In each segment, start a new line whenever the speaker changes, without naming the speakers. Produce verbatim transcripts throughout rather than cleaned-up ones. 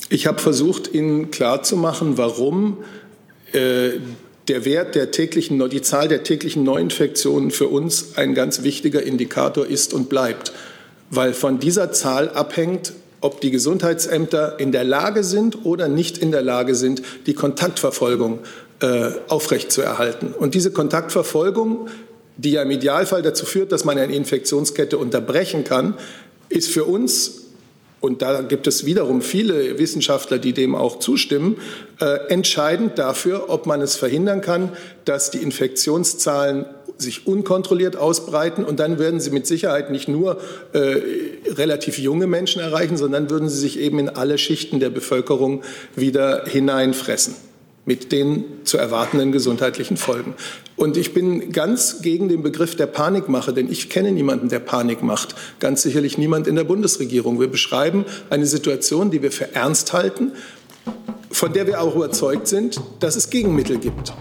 Ich habe versucht, Ihnen klarzumachen, warum äh, der Wert der täglichen, die Zahl der täglichen Neuinfektionen für uns ein ganz wichtiger Indikator ist und bleibt, weil von dieser Zahl abhängt, ob die Gesundheitsämter in der Lage sind oder nicht in der Lage sind, die Kontaktverfolgung äh, aufrechtzuerhalten. Und diese Kontaktverfolgung, die ja im Idealfall dazu führt, dass man eine Infektionskette unterbrechen kann, ist für uns, und da gibt es wiederum viele Wissenschaftler, die dem auch zustimmen, äh, entscheidend dafür, ob man es verhindern kann, dass die Infektionszahlen sich unkontrolliert ausbreiten. Und dann werden sie mit Sicherheit nicht nur äh, relativ junge Menschen erreichen, sondern würden sie sich eben in alle Schichten der Bevölkerung wieder hineinfressen, mit den zu erwartenden gesundheitlichen Folgen. Und ich bin ganz gegen den Begriff der Panikmache, denn ich kenne niemanden, der Panik macht. Ganz sicherlich niemand in der Bundesregierung. Wir beschreiben eine Situation, die wir für ernst halten, von der wir auch überzeugt sind, dass es Gegenmittel gibt.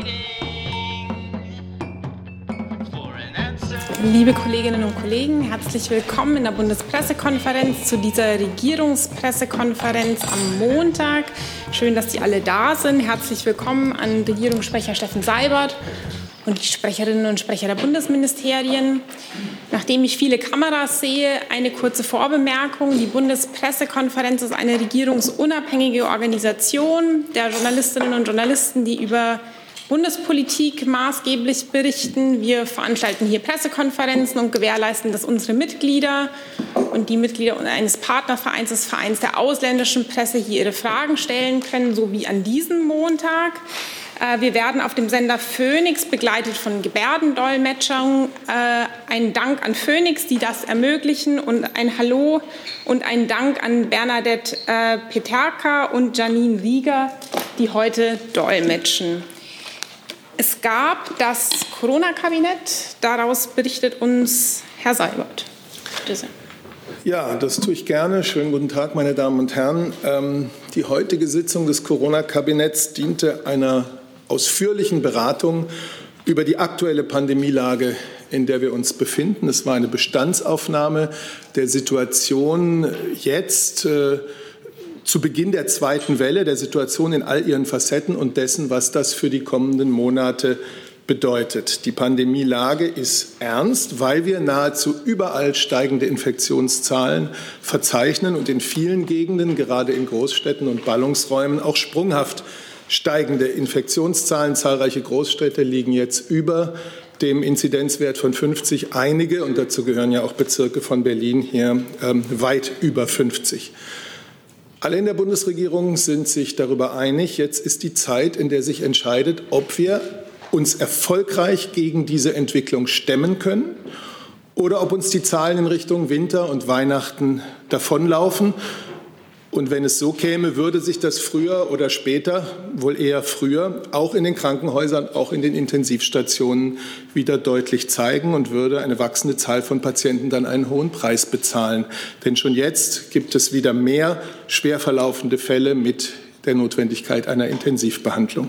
Liebe Kolleginnen und Kollegen, herzlich willkommen in der Bundespressekonferenz zu dieser Regierungspressekonferenz am Montag. Schön, dass Sie alle da sind. Herzlich willkommen an Regierungssprecher Steffen Seibert und die Sprecherinnen und Sprecher der Bundesministerien. Nachdem ich viele Kameras sehe, eine kurze Vorbemerkung. Die Bundespressekonferenz ist eine regierungsunabhängige Organisation der Journalistinnen und Journalisten, die über Bundespolitik maßgeblich berichten. Wir veranstalten hier Pressekonferenzen und gewährleisten, dass unsere Mitglieder und die Mitglieder eines Partnervereins des Vereins der ausländischen Presse hier ihre Fragen stellen können, so wie an diesem Montag. Wir werden auf dem Sender Phoenix begleitet von Gebärdendolmetschern. Ein Dank an Phoenix, die das ermöglichen, und ein Hallo und ein Dank an Bernadette Peterka und Janine Rieger, die heute dolmetschen. Es gab das Corona-Kabinett. Daraus berichtet uns Herr Seibert. Bitte sehr.
Ja, das tue ich gerne. Schönen guten Tag, meine Damen und Herren. Ähm, die heutige Sitzung des Corona-Kabinetts diente einer ausführlichen Beratung über die aktuelle Pandemielage, in der wir uns befinden. Es war eine Bestandsaufnahme der Situation jetzt, äh, zu Beginn der zweiten Welle, der Situation in all ihren Facetten und dessen, was das für die kommenden Monate bedeutet. Die Pandemielage ist ernst, weil wir nahezu überall steigende Infektionszahlen verzeichnen und in vielen Gegenden, gerade in Großstädten und Ballungsräumen, auch sprunghaft steigende Infektionszahlen. Zahlreiche Großstädte liegen jetzt über dem Inzidenzwert von fünfzig. Einige, und dazu gehören ja auch Bezirke von Berlin hier, ähm, weit über fünfzig. Alle in der Bundesregierung sind sich darüber einig, jetzt ist die Zeit, in der sich entscheidet, ob wir uns erfolgreich gegen diese Entwicklung stemmen können oder ob uns die Zahlen in Richtung Winter und Weihnachten davonlaufen. Und wenn es so käme, würde sich das früher oder später, wohl eher früher, auch in den Krankenhäusern, auch in den Intensivstationen wieder deutlich zeigen und würde eine wachsende Zahl von Patienten dann einen hohen Preis bezahlen. Denn schon jetzt gibt es wieder mehr schwer verlaufende Fälle mit der Notwendigkeit einer Intensivbehandlung.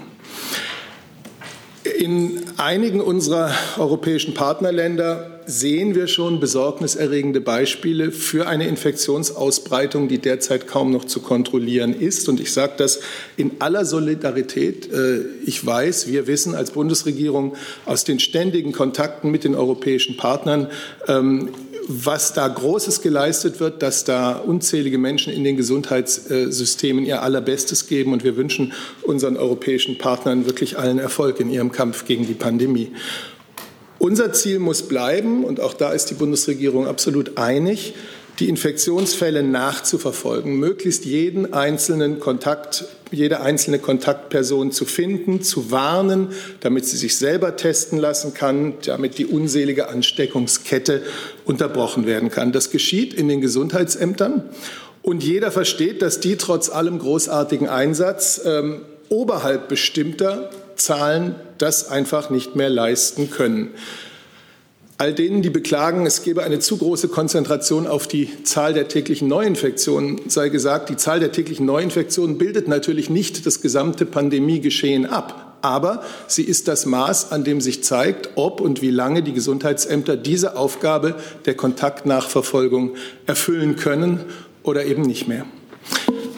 In einigen unserer europäischen Partnerländer sehen wir schon besorgniserregende Beispiele für eine Infektionsausbreitung, die derzeit kaum noch zu kontrollieren ist. Und ich sage das in aller Solidarität. Ich weiß, wir wissen als Bundesregierung aus den ständigen Kontakten mit den europäischen Partnern, was da Großes geleistet wird, dass da unzählige Menschen in den Gesundheitssystemen ihr Allerbestes geben. Und wir wünschen unseren europäischen Partnern wirklich allen Erfolg in ihrem Kampf gegen die Pandemie. Unser Ziel muss bleiben, und auch da ist die Bundesregierung absolut einig, die Infektionsfälle nachzuverfolgen, möglichst jeden einzelnen Kontakt, jede einzelne Kontaktperson zu finden, zu warnen, damit sie sich selber testen lassen kann, damit die unselige Ansteckungskette unterbrochen werden kann. Das geschieht in den Gesundheitsämtern, und jeder versteht, dass die trotz allem großartigen Einsatz ähm, oberhalb bestimmter Zahlen das einfach nicht mehr leisten können. All denen, die beklagen, es gebe eine zu große Konzentration auf die Zahl der täglichen Neuinfektionen, sei gesagt, die Zahl der täglichen Neuinfektionen bildet natürlich nicht das gesamte Pandemiegeschehen ab. Aber sie ist das Maß, an dem sich zeigt, ob und wie lange die Gesundheitsämter diese Aufgabe der Kontaktnachverfolgung erfüllen können oder eben nicht mehr.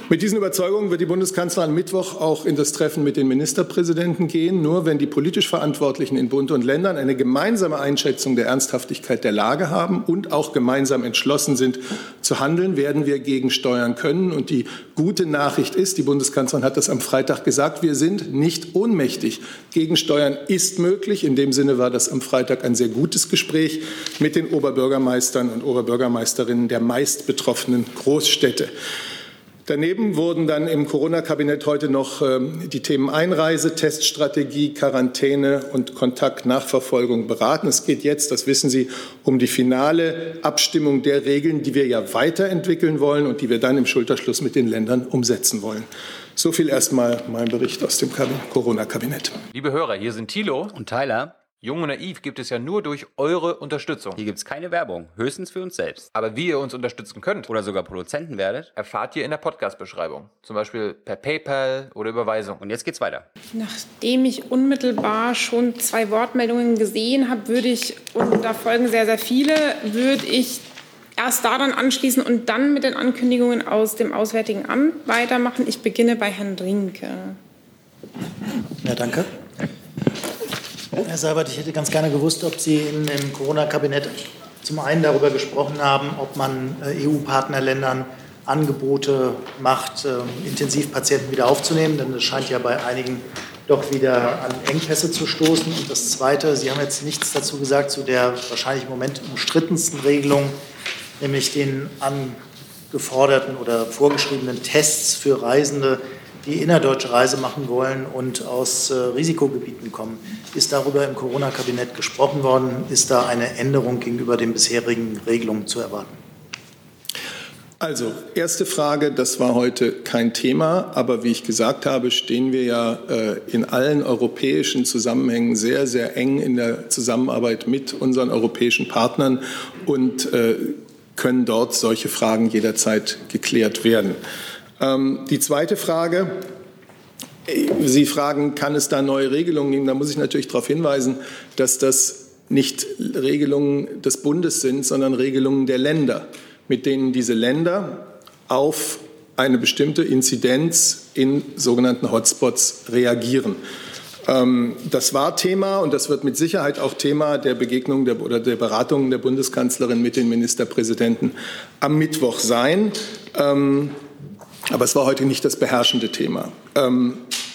Mit diesen Überzeugungen wird die Bundeskanzlerin am Mittwoch auch in das Treffen mit den Ministerpräsidenten gehen. Nur wenn die politisch Verantwortlichen in Bund und Ländern eine gemeinsame Einschätzung der Ernsthaftigkeit der Lage haben und auch gemeinsam entschlossen sind zu handeln, werden wir gegensteuern können. Und die gute Nachricht ist, die Bundeskanzlerin hat das am Freitag gesagt, wir sind nicht ohnmächtig. Gegensteuern ist möglich. In dem Sinne war das am Freitag ein sehr gutes Gespräch mit den Oberbürgermeistern und Oberbürgermeisterinnen der meist betroffenen Großstädte. Daneben wurden dann im Corona-Kabinett heute noch ähm, die Themen Einreise, Teststrategie, Quarantäne und Kontaktnachverfolgung beraten. Es geht jetzt, das wissen Sie, um die finale Abstimmung der Regeln, die wir ja weiterentwickeln wollen und die wir dann im Schulterschluss mit den Ländern umsetzen wollen. So viel erstmal mein Bericht aus dem Corona-Kabinett.
Liebe Hörer, hier sind Thilo
und Tyler.
Jung und Naiv gibt es ja nur durch eure Unterstützung.
Hier gibt es keine Werbung, höchstens für uns selbst.
Aber wie ihr uns unterstützen könnt
oder sogar Produzenten werdet,
erfahrt ihr in der Podcast-Beschreibung. Zum Beispiel per PayPal oder Überweisung.
Und jetzt geht's weiter.
Nachdem ich unmittelbar schon zwei Wortmeldungen gesehen habe, würde ich, und da folgen sehr, sehr viele, würde ich erst daran anschließen und dann mit den Ankündigungen aus dem Auswärtigen Amt weitermachen. Ich beginne bei Herrn Rinke.
Ja, danke. Herr Seibert, ich hätte ganz gerne gewusst, ob Sie in dem Corona-Kabinett zum einen darüber gesprochen haben, ob man E U-Partnerländern Angebote macht, Intensivpatienten wieder aufzunehmen, denn es scheint ja bei einigen doch wieder an Engpässe zu stoßen. Und das Zweite, Sie haben jetzt nichts dazu gesagt zu der wahrscheinlich im Moment umstrittensten Regelung, nämlich den angeforderten oder vorgeschriebenen Tests für Reisende, die innerdeutsche Reise machen wollen und aus äh, Risikogebieten kommen. Ist darüber im Corona-Kabinett gesprochen worden? Ist da eine Änderung gegenüber den bisherigen Regelungen zu erwarten?
Also, erste Frage, das war heute kein Thema, aber wie ich gesagt habe, stehen wir ja äh, in allen europäischen Zusammenhängen sehr, sehr eng in der Zusammenarbeit mit unseren europäischen Partnern und äh, können dort solche Fragen jederzeit geklärt werden. Die zweite Frage, Sie fragen, kann es da neue Regelungen geben? Da muss ich natürlich darauf hinweisen, dass das nicht Regelungen des Bundes sind, sondern Regelungen der Länder, mit denen diese Länder auf eine bestimmte Inzidenz in sogenannten Hotspots reagieren. Das war Thema und das wird mit Sicherheit auch Thema der Begegnung der, oder der Beratungen der Bundeskanzlerin mit den Ministerpräsidenten am Mittwoch sein. Aber es war heute nicht das beherrschende Thema. Ähm,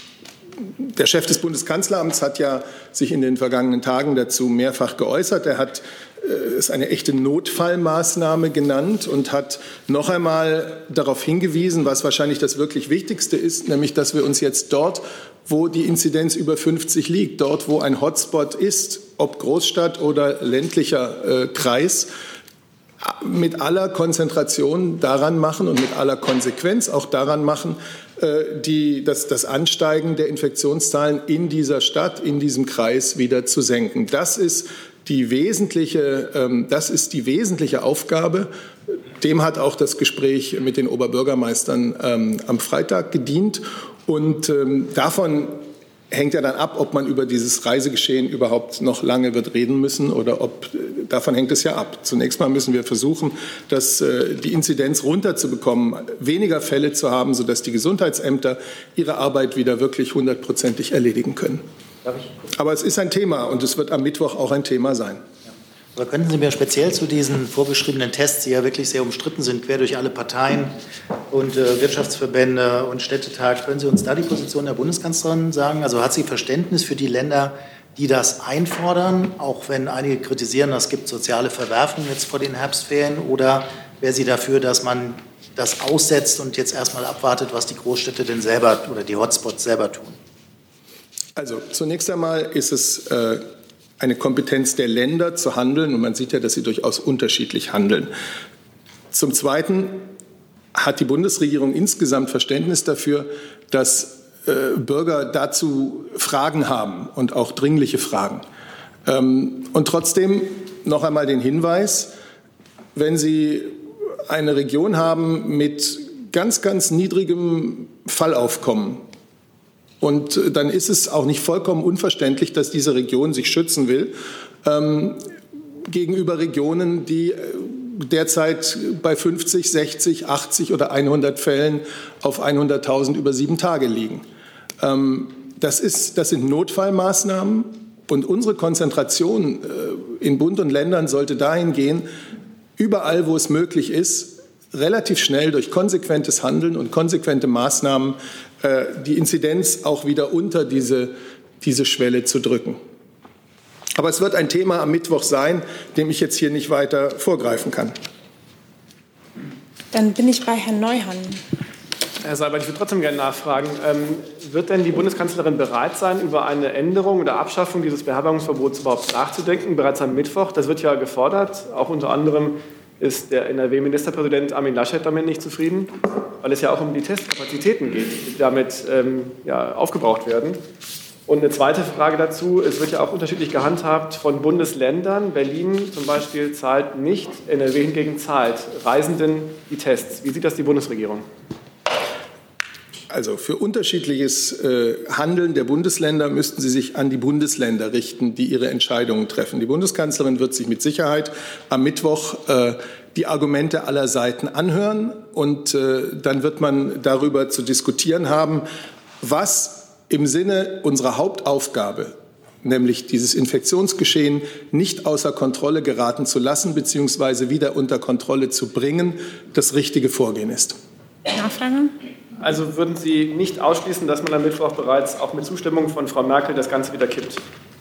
der Chef des Bundeskanzleramts hat ja sich in den vergangenen Tagen dazu mehrfach geäußert. Er hat äh, es eine echte Notfallmaßnahme genannt und hat noch einmal darauf hingewiesen, was wahrscheinlich das wirklich Wichtigste ist, nämlich dass wir uns jetzt dort, wo die Inzidenz über fünfzig liegt, dort, wo ein Hotspot ist, ob Großstadt oder ländlicher äh, Kreis, mit aller Konzentration daran machen und mit aller Konsequenz auch daran machen, die, das, das Ansteigen der Infektionszahlen in dieser Stadt, in diesem Kreis wieder zu senken. Das ist die wesentliche, das ist die wesentliche Aufgabe. Dem hat auch das Gespräch mit den Oberbürgermeistern am Freitag gedient. Und davon hängt ja dann ab, ob man über dieses Reisegeschehen überhaupt noch lange wird reden müssen oder ob, davon hängt es ja ab. Zunächst mal müssen wir versuchen, dass, äh, die Inzidenz runterzubekommen, weniger Fälle zu haben, sodass die Gesundheitsämter ihre Arbeit wieder wirklich hundertprozentig erledigen können. Aber es ist ein Thema und es wird am Mittwoch auch ein Thema sein.
Aber könnten Sie mir speziell zu diesen vorgeschriebenen Tests, die ja wirklich sehr umstritten sind, quer durch alle Parteien und äh, Wirtschaftsverbände und Städtetag, können Sie uns da die Position der Bundeskanzlerin sagen? Also hat sie Verständnis für die Länder, die das einfordern, auch wenn einige kritisieren, es gibt soziale Verwerfungen jetzt vor den Herbstferien, oder wäre sie dafür, dass man das aussetzt und jetzt erstmal abwartet, was die Großstädte denn selber oder die Hotspots selber tun?
Also zunächst einmal ist es äh, eine Kompetenz der Länder zu handeln und man sieht ja, dass sie durchaus unterschiedlich handeln. Zum Zweiten hat die Bundesregierung insgesamt Verständnis dafür, dass äh, Bürger dazu Fragen haben und auch dringliche Fragen. Ähm, und trotzdem noch einmal den Hinweis, wenn Sie eine Region haben mit ganz, ganz niedrigem Fallaufkommen, und dann ist es auch nicht vollkommen unverständlich, dass diese Region sich schützen will ähm, gegenüber Regionen, die derzeit bei fünfzig, sechzig, achtzig oder hundert Fällen auf hunderttausend über sieben Tage liegen. Das ist, das sind Notfallmaßnahmen und unsere Konzentration in Bund und Ländern sollte dahin gehen, überall, wo es möglich ist, relativ schnell durch konsequentes Handeln und konsequente Maßnahmen die Inzidenz auch wieder unter diese, diese Schwelle zu drücken. Aber es wird ein Thema am Mittwoch sein, dem ich jetzt hier nicht weiter vorgreifen kann.
Dann bin ich bei Herrn Neuhann.
Herr Seibert, ich würde trotzdem gerne nachfragen, ähm, wird denn die Bundeskanzlerin bereit sein, über eine Änderung oder Abschaffung dieses Beherbergungsverbots überhaupt nachzudenken, bereits am Mittwoch? Das wird ja gefordert. Auch unter anderem ist der N R W-Ministerpräsident Armin Laschet damit nicht zufrieden, weil es ja auch um die Testkapazitäten geht, die damit ähm, ja, aufgebraucht werden. Und eine zweite Frage dazu, es wird ja auch unterschiedlich gehandhabt von Bundesländern. Berlin zum Beispiel zahlt nicht, N R W hingegen zahlt Reisenden die Tests. Wie sieht das die Bundesregierung?
Also für unterschiedliches äh, Handeln der Bundesländer müssten sie sich an die Bundesländer richten, die ihre Entscheidungen treffen. Die Bundeskanzlerin wird sich mit Sicherheit am Mittwoch äh, die Argumente aller Seiten anhören und äh, dann wird man darüber zu diskutieren haben, was im Sinne unserer Hauptaufgabe, nämlich dieses Infektionsgeschehen nicht außer Kontrolle geraten zu lassen bzw. wieder unter Kontrolle zu bringen, das richtige Vorgehen ist.
Nachfrage?
Also würden Sie nicht ausschließen, dass man am Mittwoch bereits auch mit Zustimmung von Frau Merkel das Ganze wieder kippt?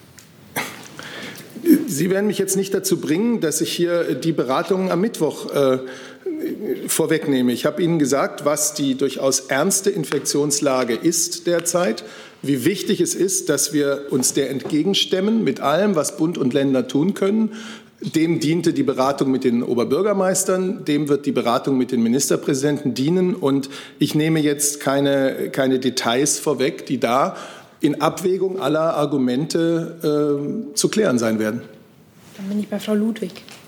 Sie werden mich jetzt nicht dazu bringen, dass ich hier die Beratungen am Mittwoch äh, vorwegnehme. Ich habe Ihnen gesagt, was die durchaus ernste Infektionslage ist derzeit, wie wichtig es ist, dass wir uns der entgegenstemmen mit allem, was Bund und Länder tun können. Dem diente die Beratung mit den Oberbürgermeistern, dem wird die Beratung mit den Ministerpräsidenten dienen. Und ich nehme jetzt keine, keine Details vorweg, die da in Abwägung aller Argumente äh, zu klären sein werden.
Dann bin ich bei Frau Ludwig.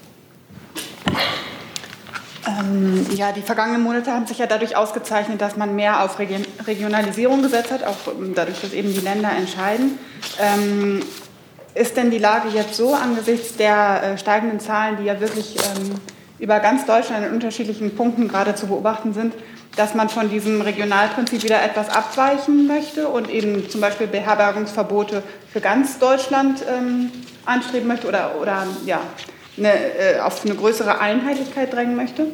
Ähm, ja, die vergangenen Monate haben sich ja dadurch ausgezeichnet, dass man mehr auf Region- Regionalisierung gesetzt hat, auch dadurch, dass eben die Länder entscheiden. Ähm, ist denn die Lage jetzt so angesichts der äh, steigenden Zahlen, die ja wirklich ähm, über ganz Deutschland in unterschiedlichen Punkten gerade zu beobachten sind, dass man von diesem Regionalprinzip wieder etwas abweichen möchte und eben zum Beispiel Beherbergungsverbote für ganz Deutschland ähm, anstreben möchte oder, oder ja, eine, äh, auf eine größere Einheitlichkeit drängen möchte?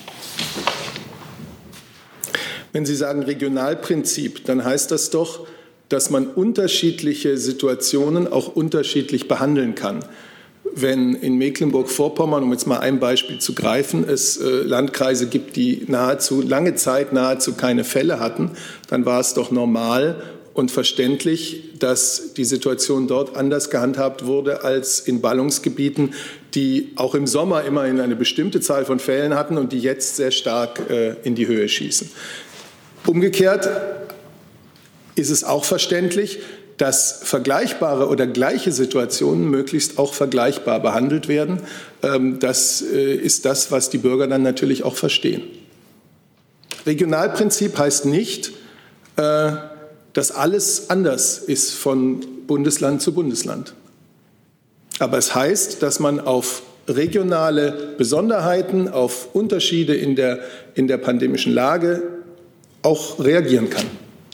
Wenn Sie sagen Regionalprinzip, dann heißt das doch, dass man unterschiedliche Situationen auch unterschiedlich behandeln kann. Wenn in Mecklenburg-Vorpommern, um jetzt mal ein Beispiel zu greifen, es äh, Landkreise gibt, die nahezu lange Zeit nahezu keine Fälle hatten, dann war es doch normal und verständlich, dass die Situation dort anders gehandhabt wurde als in Ballungsgebieten, die auch im Sommer immerhin eine bestimmte Zahl von Fällen hatten und die jetzt sehr stark äh, in die Höhe schießen. Umgekehrt ist es auch verständlich, dass vergleichbare oder gleiche Situationen möglichst auch vergleichbar behandelt werden. Das ist das, was die Bürger dann natürlich auch verstehen. Regionalprinzip heißt nicht, dass alles anders ist von Bundesland zu Bundesland. Aber es heißt, dass man auf regionale Besonderheiten, auf Unterschiede in der, in der pandemischen Lage auch reagieren kann.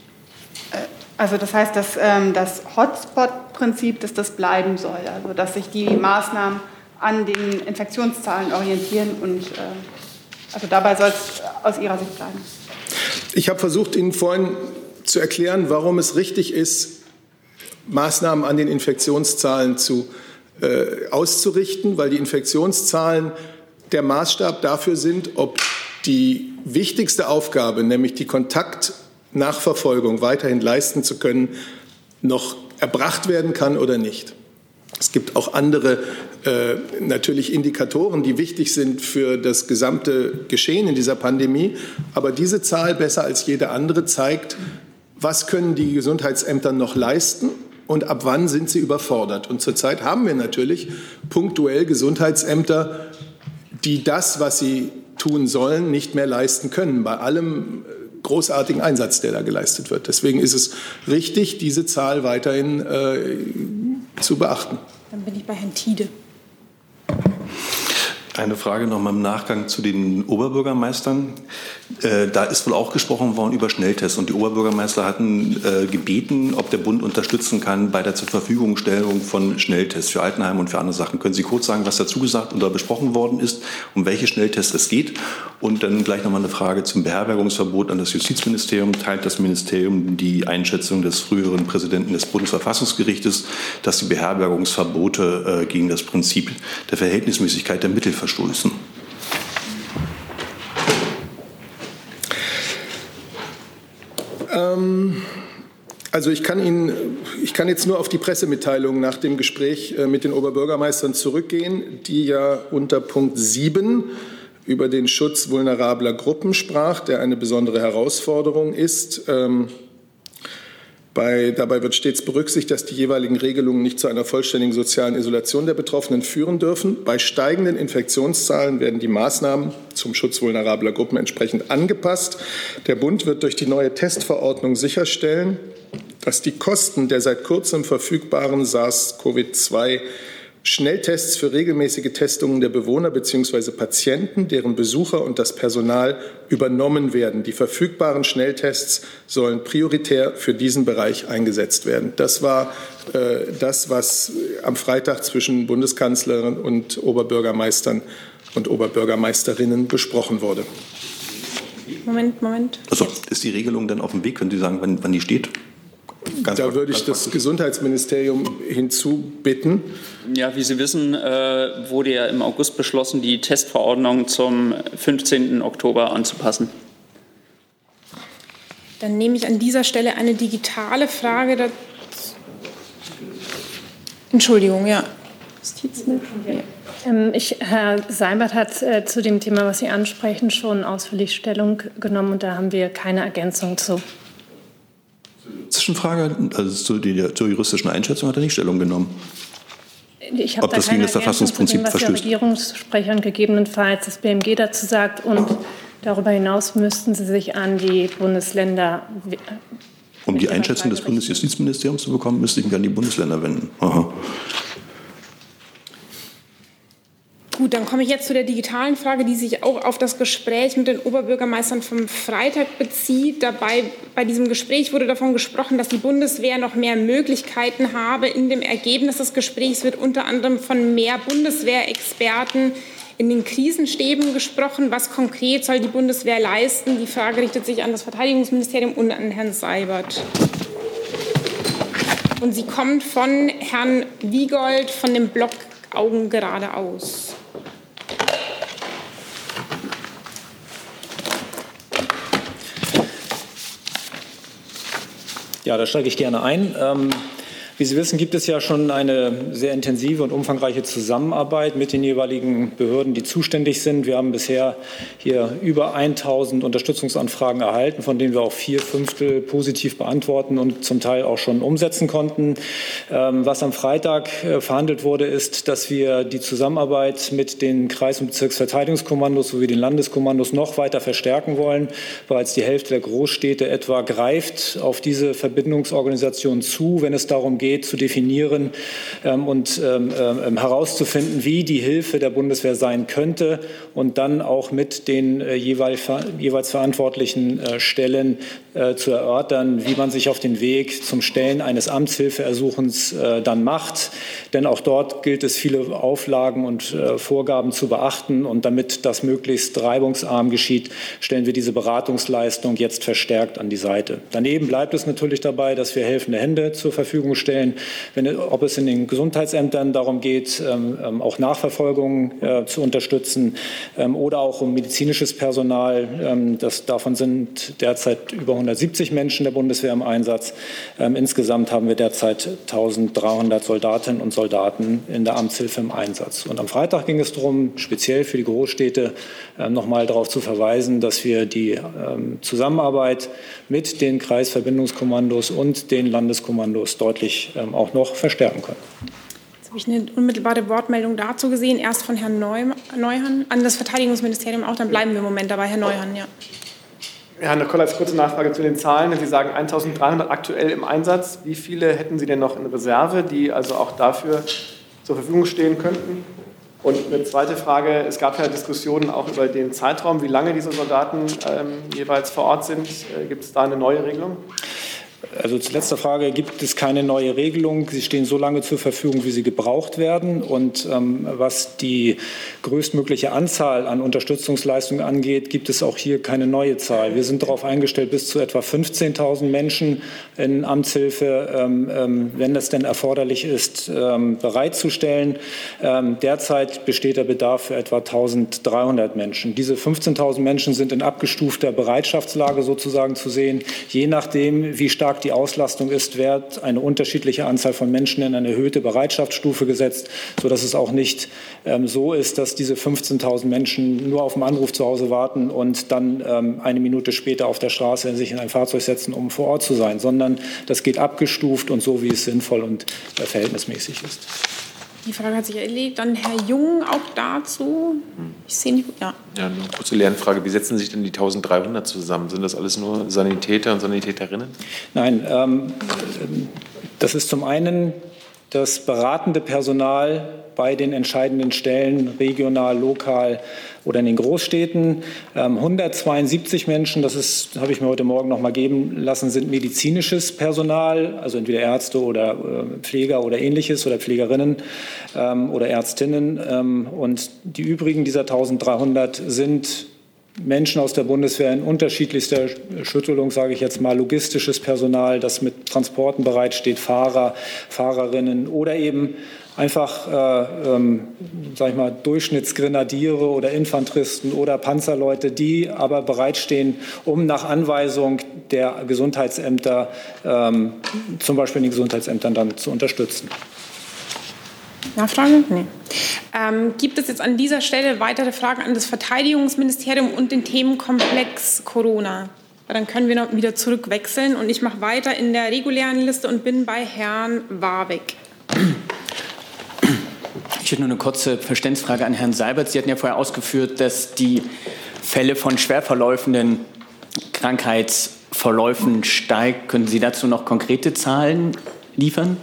Also das heißt, dass ähm, das Hotspot-Prinzip, dass das bleiben soll, also dass sich die Maßnahmen an den Infektionszahlen orientieren und äh, also dabei soll es aus Ihrer Sicht bleiben.
Ich habe versucht, Ihnen vorhin zu erklären, warum es richtig ist, Maßnahmen an den Infektionszahlen zu, äh, auszurichten, weil die Infektionszahlen der Maßstab dafür sind, ob die wichtigste Aufgabe, nämlich die Kontakt Nachverfolgung weiterhin leisten zu können, noch erbracht werden kann oder nicht. Es gibt auch andere äh, natürlich Indikatoren, die wichtig sind für das gesamte Geschehen in dieser Pandemie. Aber diese Zahl besser als jede andere zeigt, was können die Gesundheitsämter noch leisten und ab wann sind sie überfordert. Und zurzeit haben wir natürlich punktuell Gesundheitsämter, die das, was sie tun sollen, nicht mehr leisten können. Bei allem großartigen Einsatz, der da geleistet wird. Deswegen ist es richtig, diese Zahl weiterhin äh, zu beachten.
Dann bin ich bei Herrn Tiede.
Eine Frage noch mal im Nachgang zu den Oberbürgermeistern. Äh, da ist wohl auch gesprochen worden über Schnelltests. Und die Oberbürgermeister hatten äh, gebeten, ob der Bund unterstützen kann bei der Zurverfügungstellung von Schnelltests für Altenheime und für andere Sachen. Können Sie kurz sagen, was dazu gesagt oder besprochen worden ist, um welche Schnelltests es geht? Und dann gleich noch mal eine Frage zum Beherbergungsverbot an das Justizministerium. Teilt das Ministerium die Einschätzung des früheren Präsidenten des Bundesverfassungsgerichtes, dass die Beherbergungsverbote äh, gegen das Prinzip der Verhältnismäßigkeit der Mittel verstoßen?
Ähm, also ich kann Ihnen, ich kann jetzt nur auf die Pressemitteilung nach dem Gespräch äh, mit den Oberbürgermeistern zurückgehen, die ja unter Punkt sieben über den Schutz vulnerabler Gruppen sprach, der eine besondere Herausforderung ist. Ähm, Bei, dabei wird stets berücksichtigt, dass die jeweiligen Regelungen nicht zu einer vollständigen sozialen Isolation der Betroffenen führen dürfen. Bei steigenden Infektionszahlen werden die Maßnahmen zum Schutz vulnerabler Gruppen entsprechend angepasst. Der Bund wird durch die neue Testverordnung sicherstellen, dass die Kosten der seit kurzem verfügbaren SARS CoV zwei Schnelltests für regelmäßige Testungen der Bewohner bzw. Patienten, deren Besucher und das Personal übernommen werden. Die verfügbaren Schnelltests sollen prioritär für diesen Bereich eingesetzt werden. Das war äh, das, was am Freitag zwischen Bundeskanzlerin und Oberbürgermeistern und Oberbürgermeisterinnen besprochen wurde.
Moment, Moment.
Also ist die Regelung dann auf dem Weg? Können Sie sagen, wann, wann die steht? Ganz
da würde ich das Gesundheitsministerium hinzubitten.
Ja, wie Sie wissen, äh, wurde ja im August beschlossen, die Testverordnung zum fünfzehnten Oktober anzupassen.
Dann nehme ich an dieser Stelle eine digitale Frage dazu. Entschuldigung, ja.
Ähm, ich, Herr Seibert hat äh, zu dem Thema, was Sie ansprechen, schon ausführlich Stellung genommen und da haben wir keine Ergänzung zu.
Zwischenfrage, also zu der, zur juristischen Einschätzung hat er nicht Stellung genommen.
Ich habe
Ob das gegen das Verfassungsprinzip
dem, was
verstößt.
der Regierungssprecher und gegebenenfalls das B M G dazu sagt. Und darüber hinaus müssten Sie sich an die Bundesländer.
Um die Einschätzung des Bundesjustizministeriums zu bekommen, müsste ich mich an die Bundesländer wenden. Aha.
Gut, dann komme ich jetzt zu der digitalen Frage, die sich auch auf das Gespräch mit den Oberbürgermeistern vom Freitag bezieht. Dabei, bei diesem Gespräch wurde davon gesprochen, dass die Bundeswehr noch mehr Möglichkeiten habe. In dem Ergebnis des Gesprächs wird unter anderem von mehr Bundeswehrexperten in den Krisenstäben gesprochen. Was konkret soll die Bundeswehr leisten? Die Frage richtet sich an das Verteidigungsministerium und an Herrn Seibert. Und sie kommt von Herrn Wiegold von dem Blog Augen geradeaus.
Ja, da steige ich gerne ein. Ähm, wie Sie wissen, gibt es ja schon eine sehr intensive und umfangreiche Zusammenarbeit mit den jeweiligen Behörden, die zuständig sind. Wir haben bisher hier über tausend Unterstützungsanfragen erhalten, von denen wir auch vier Fünftel positiv beantworten und zum Teil auch schon umsetzen konnten. Ähm, was am Freitag äh, verhandelt wurde, ist, dass wir die Zusammenarbeit mit den Kreis- und Bezirksverteidigungskommandos sowie den Landeskommandos noch weiter verstärken wollen. Bereits die Hälfte der Großstädte etwa greift auf diese Verbindungsorganisation zu, wenn es darum geht, zu definieren ähm, und ähm, ähm, herauszufinden, wie die Hilfe der Bundeswehr sein könnte und dann auch mit den äh, jeweils, jeweils verantwortlichen äh, Stellen äh, zu erörtern, wie man sich auf den Weg zum Stellen eines Amtshilfeersuchens äh, dann macht. Denn auch dort gilt es, viele Auflagen und äh, Vorgaben zu beachten. Und damit das möglichst reibungsarm geschieht, stellen wir diese Beratungsleistung jetzt verstärkt an die Seite. Daneben bleibt es natürlich dabei, dass wir helfende Hände zur Verfügung stellen. Wenn, ob es in den Gesundheitsämtern darum geht, ähm, auch Nachverfolgungen äh, zu unterstützen ähm, oder auch um medizinisches Personal. Ähm, das, davon sind derzeit über hundertsiebzig Menschen der Bundeswehr im Einsatz. Ähm, insgesamt haben wir derzeit eintausenddreihundert Soldatinnen und Soldaten in der Amtshilfe im Einsatz. Und am Freitag ging es darum, speziell für die Großstädte äh, noch mal darauf zu verweisen, dass wir die ähm, Zusammenarbeit mit den Kreisverbindungskommandos und den Landeskommandos deutlich ähm, auch noch verstärken können.
Jetzt habe ich eine unmittelbare Wortmeldung dazu gesehen, erst von Herrn Neuhan an das Verteidigungsministerium auch, dann bleiben wir im Moment dabei, Herr Neuhan, ja.
Herr Nicol, als kurze Nachfrage zu den Zahlen. Sie sagen eintausenddreihundert aktuell im Einsatz. Wie viele hätten Sie denn noch in Reserve, die also auch dafür zur Verfügung stehen könnten? Und eine zweite Frage, es gab ja Diskussionen auch über den Zeitraum, wie lange diese Soldaten ähm, jeweils vor Ort sind. Äh, gibt es da eine neue Regelung?
Also zu letzter Frage gibt es keine neue Regelung. Sie stehen so lange zur Verfügung, wie sie gebraucht werden. Und ähm, was die größtmögliche Anzahl an Unterstützungsleistungen angeht, gibt es auch hier keine neue Zahl. Wir sind darauf eingestellt, bis zu etwa fünfzehntausend Menschen in Amtshilfe, ähm, ähm, wenn das denn erforderlich ist, ähm, bereitzustellen. Ähm, derzeit besteht der Bedarf für etwa eintausenddreihundert Menschen. Diese fünfzehntausend Menschen sind in abgestufter Bereitschaftslage sozusagen zu sehen. Je nachdem, wie stark die Auslastung ist, wird eine unterschiedliche Anzahl von Menschen in eine erhöhte Bereitschaftsstufe gesetzt, sodass es auch nicht ähm, so ist, dass diese fünfzehntausend Menschen nur auf den Anruf zu Hause warten und dann ähm, eine Minute später auf der Straße sich in ein Fahrzeug setzen, um vor Ort zu sein, sondern das geht abgestuft und so, wie es sinnvoll und äh, verhältnismäßig ist.
Die Frage hat sich erledigt. Dann Herr Jung auch dazu. Ich sehe nicht. Ja.
Ja, eine kurze Lernfrage. Wie setzen sich denn die eintausenddreihundert zusammen? Sind das alles nur Sanitäter und Sanitäterinnen?
Nein, ähm, das ist zum einen das beratende Personal bei den entscheidenden Stellen, regional, lokal oder in den Großstädten. Ähm, hundertzweiundsiebzig Menschen, das ist, habe ich mir heute Morgen noch mal geben lassen, sind medizinisches Personal, also entweder Ärzte oder äh, Pfleger oder Ähnliches oder Pflegerinnen ähm, oder Ärztinnen. Ähm, und die übrigen dieser eintausenddreihundert sind Menschen aus der Bundeswehr in unterschiedlichster Schüttelung, sage ich jetzt mal, logistisches Personal, das mit Transporten bereitsteht, Fahrer, Fahrerinnen oder eben einfach, äh, ähm, sag ich mal, Durchschnittsgrenadiere oder Infanteristen oder Panzerleute, die aber bereitstehen, um nach Anweisung der Gesundheitsämter, ähm, zum Beispiel in den Gesundheitsämtern dann zu unterstützen.
Nachfragen? Nee. Ähm, gibt es jetzt an dieser Stelle weitere Fragen an das Verteidigungsministerium und den Themenkomplex Corona? Weil dann können wir noch wieder zurückwechseln und ich mache weiter in der regulären Liste und bin bei Herrn Warwick.
Ich hätte nur eine kurze Verständnisfrage an Herrn Seibert. Sie hatten ja vorher ausgeführt, dass die Fälle von schwer verläufenden Krankheitsverläufen steigen. Können Sie dazu noch konkrete Zahlen liefern?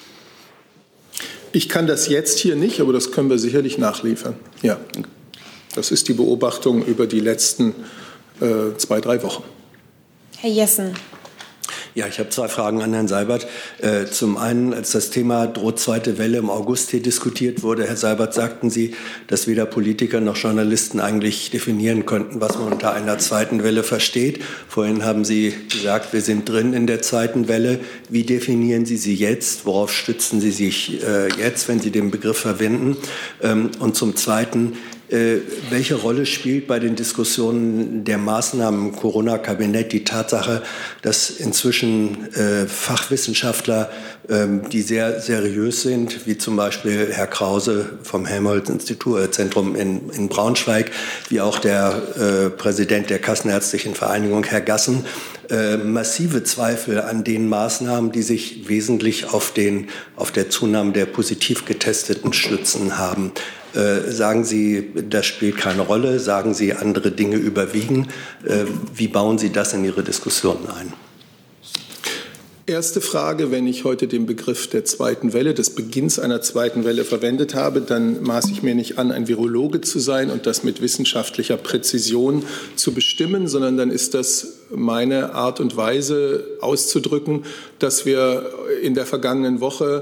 Ich kann das jetzt hier nicht, aber das können wir sicherlich nachliefern. Ja, das ist die Beobachtung über die letzten äh, zwei, drei Wochen.
Herr Jessen.
Ja, ich habe zwei Fragen an Herrn Seibert. Äh, zum einen, als das Thema droht zweite Welle im August hier diskutiert wurde, Herr Seibert, sagten Sie, dass weder Politiker noch Journalisten eigentlich definieren könnten, was man unter einer zweiten Welle versteht. Vorhin haben Sie gesagt, wir sind drin in der zweiten Welle. Wie definieren Sie sie jetzt? Worauf stützen Sie sich äh, jetzt, wenn Sie den Begriff verwenden? Ähm, und zum Zweiten, Äh, welche Rolle spielt bei den Diskussionen der Maßnahmen im Corona-Kabinett die Tatsache, dass inzwischen äh, Fachwissenschaftler, ähm, die sehr seriös sind, wie zum Beispiel Herr Krause vom Helmholtz-Zentrum in, in Braunschweig, wie auch der äh, Präsident der Kassenärztlichen Vereinigung, Herr Gassen, äh, massive Zweifel an den Maßnahmen, die sich wesentlich auf, den, auf der Zunahme der positiv Getesteten stützen haben. Äh, sagen Sie, das spielt keine Rolle? Sagen Sie, andere Dinge überwiegen? Äh, wie bauen Sie das in Ihre Diskussionen ein?
Erste Frage, wenn ich heute den Begriff der zweiten Welle, des Beginns einer zweiten Welle verwendet habe, dann maße ich mir nicht an, ein Virologe zu sein und das mit wissenschaftlicher Präzision zu bestimmen, sondern dann ist das meine Art und Weise auszudrücken, dass wir in der vergangenen Woche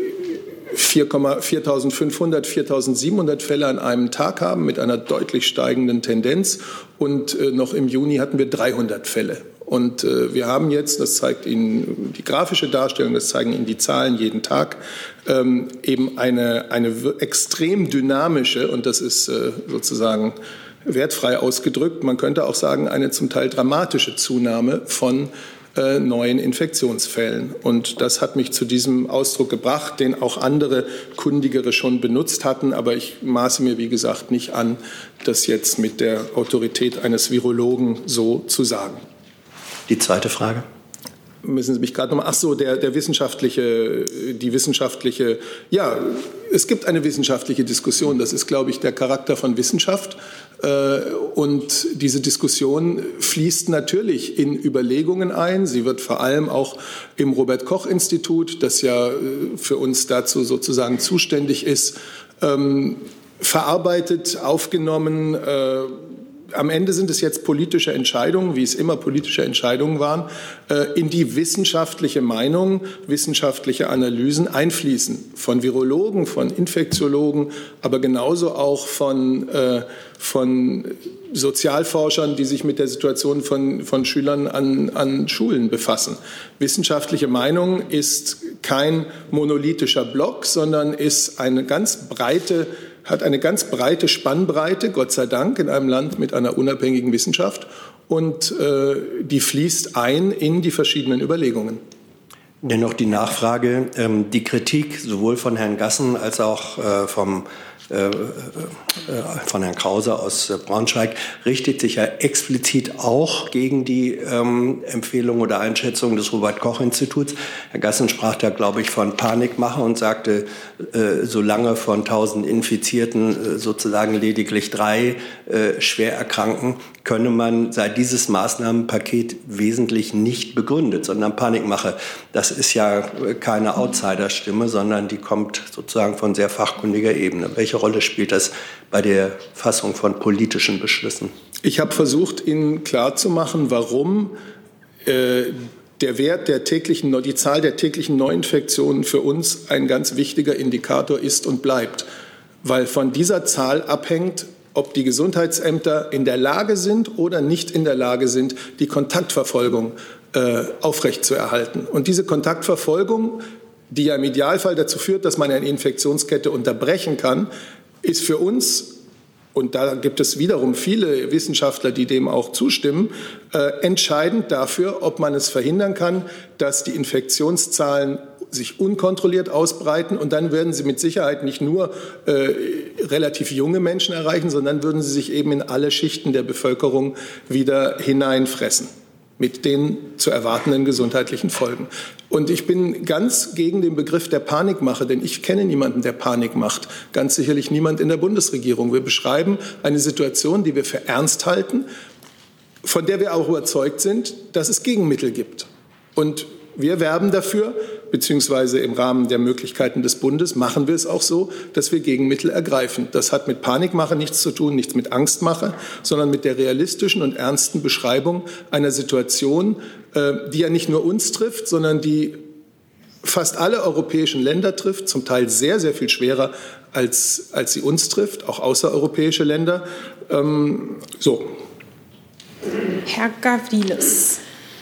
viertausendfünfhundert, viertausendsiebenhundert Fälle an einem Tag haben mit einer deutlich steigenden Tendenz und äh, noch im Juni hatten wir dreihundert Fälle. Und äh, wir haben jetzt, das zeigt Ihnen die grafische Darstellung, das zeigen Ihnen die Zahlen jeden Tag, ähm, eben eine, eine extrem dynamische, und das ist äh, sozusagen wertfrei ausgedrückt, man könnte auch sagen, eine zum Teil dramatische Zunahme von Äh, neuen Infektionsfällen. Und das hat mich zu diesem Ausdruck gebracht, den auch andere Kundigere schon benutzt hatten. Aber ich maße mir, wie gesagt, nicht an, das jetzt mit der Autorität eines Virologen so zu sagen.
Die zweite Frage.
Müssen Sie mich gerade nochmal, ach so, der, der wissenschaftliche, die wissenschaftliche, ja, es gibt eine wissenschaftliche Diskussion. Das ist, glaube ich, der Charakter von Wissenschaft. Und diese Diskussion fließt natürlich in Überlegungen ein. Sie wird vor allem auch im Robert-Koch-Institut, das ja für uns dazu sozusagen zuständig ist, verarbeitet, aufgenommen. Äh, Am Ende sind es jetzt politische Entscheidungen, wie es immer politische Entscheidungen waren, in die wissenschaftliche Meinung, wissenschaftliche Analysen einfließen. Von Virologen, von Infektiologen, aber genauso auch von, von Sozialforschern, die sich mit der Situation von, von Schülern an, an Schulen befassen. Wissenschaftliche Meinung ist kein monolithischer Block, sondern ist eine ganz breite hat eine ganz breite Spannbreite, Gott sei Dank, in einem Land mit einer unabhängigen Wissenschaft. Und äh, die fließt ein in die verschiedenen Überlegungen.
Dennoch die Nachfrage, ähm, die Kritik sowohl von Herrn Gassen als auch äh, vom äh, von Herrn Krause aus Braunschweig richtet sich ja explizit auch gegen die ähm, Empfehlung oder Einschätzung des Robert-Koch-Instituts. Herr Gassen sprach da, glaube ich, von Panikmache und sagte, äh, solange von tausend Infizierten äh, sozusagen lediglich drei äh, schwer erkranken, könne man, sei dieses Maßnahmenpaket wesentlich nicht begründet, sondern Panikmache. Das ist ja keine Outsider-Stimme, sondern die kommt sozusagen von sehr fachkundiger Ebene. Welche Rolle spielt das bei der Fassung von politischen Beschlüssen?
Ich habe versucht, Ihnen klarzumachen, warum äh, der Wert der täglichen, die Zahl der täglichen Neuinfektionen für uns ein ganz wichtiger Indikator ist und bleibt. Weil von dieser Zahl abhängt, ob die Gesundheitsämter in der Lage sind oder nicht in der Lage sind, die Kontaktverfolgung äh, aufrechtzuerhalten. Und diese Kontaktverfolgung, die ja im Idealfall dazu führt, dass man eine Infektionskette unterbrechen kann, ist für uns, und da gibt es wiederum viele Wissenschaftler, die dem auch zustimmen, äh, entscheidend dafür, ob man es verhindern kann, dass die Infektionszahlen sich unkontrolliert ausbreiten. Und dann werden sie mit Sicherheit nicht nur äh, relativ junge Menschen erreichen, sondern würden sie sich eben in alle Schichten der Bevölkerung wieder hineinfressen mit den zu erwartenden gesundheitlichen Folgen. Und ich bin ganz gegen den Begriff der Panikmache, denn ich kenne niemanden, der Panik macht. Ganz sicherlich niemand in der Bundesregierung. Wir beschreiben eine Situation, die wir für ernst halten, von der wir auch überzeugt sind, dass es Gegenmittel gibt. Und wir werben dafür, beziehungsweise im Rahmen der Möglichkeiten des Bundes machen wir es auch so, dass wir Gegenmittel ergreifen. Das hat mit Panikmache nichts zu tun, nichts mit Angstmache, sondern mit der realistischen und ernsten Beschreibung einer Situation, die ja nicht nur uns trifft, sondern die fast alle europäischen Länder trifft, zum Teil sehr, sehr viel schwerer, als, als sie uns trifft, auch außereuropäische Länder. Ähm, so.
Herr Gavrilis.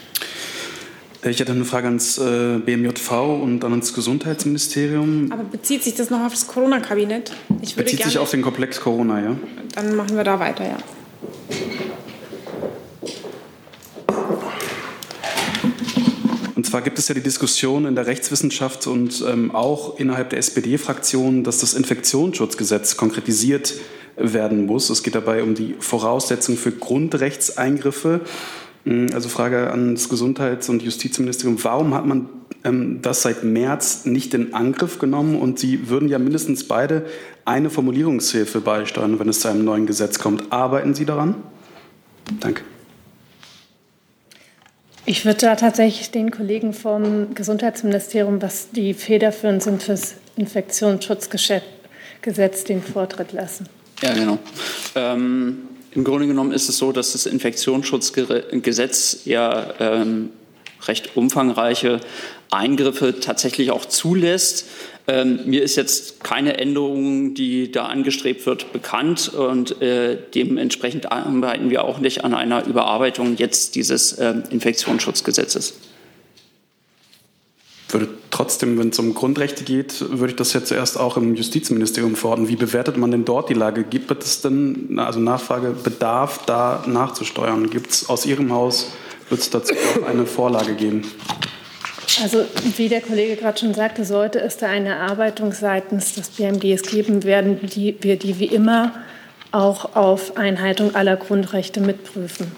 Ich hätte eine Frage ans äh, B M J V und dann ans Gesundheitsministerium.
Aber bezieht sich das noch auf das Corona-Kabinett? Ich würde
bezieht
gerne,
sich auf den Komplex Corona, ja?
Dann machen wir da weiter, ja.
Und zwar gibt es ja die Diskussion in der Rechtswissenschaft und ähm, auch innerhalb der S P D-Fraktion, dass das Infektionsschutzgesetz konkretisiert werden muss. Es geht dabei um die Voraussetzungen für Grundrechtseingriffe. Also Frage an das Gesundheits- und Justizministerium, warum hat man ähm, das seit März nicht in Angriff genommen? Und Sie würden ja mindestens beide eine Formulierungshilfe beisteuern, wenn es zu einem neuen Gesetz kommt. Arbeiten Sie daran? Danke.
Ich würde da tatsächlich den Kollegen vom Gesundheitsministerium, was die federführend sind für das Infektionsschutzgesetz, den Vortritt lassen.
Ja, genau. Ähm Im Grunde genommen ist es so, dass das Infektionsschutzgesetz ja ähm, recht umfangreiche Eingriffe tatsächlich auch zulässt. Ähm, mir ist jetzt keine Änderung, die da angestrebt wird, bekannt und äh, dementsprechend arbeiten wir auch nicht an einer Überarbeitung jetzt dieses äh, Infektionsschutzgesetzes.
Würde trotzdem, wenn es um Grundrechte geht, würde ich das ja zuerst auch im Justizministerium verorten. Wie bewertet man denn dort die Lage? Gibt es denn, also Nachfrage, Bedarf, da nachzusteuern? Gibt es aus Ihrem Haus, wird es dazu auch eine Vorlage geben?
Also wie der Kollege gerade schon sagte, sollte es da eine Erarbeitung seitens des B M Gs geben, werden die, wir die wie immer auch auf Einhaltung aller Grundrechte mitprüfen.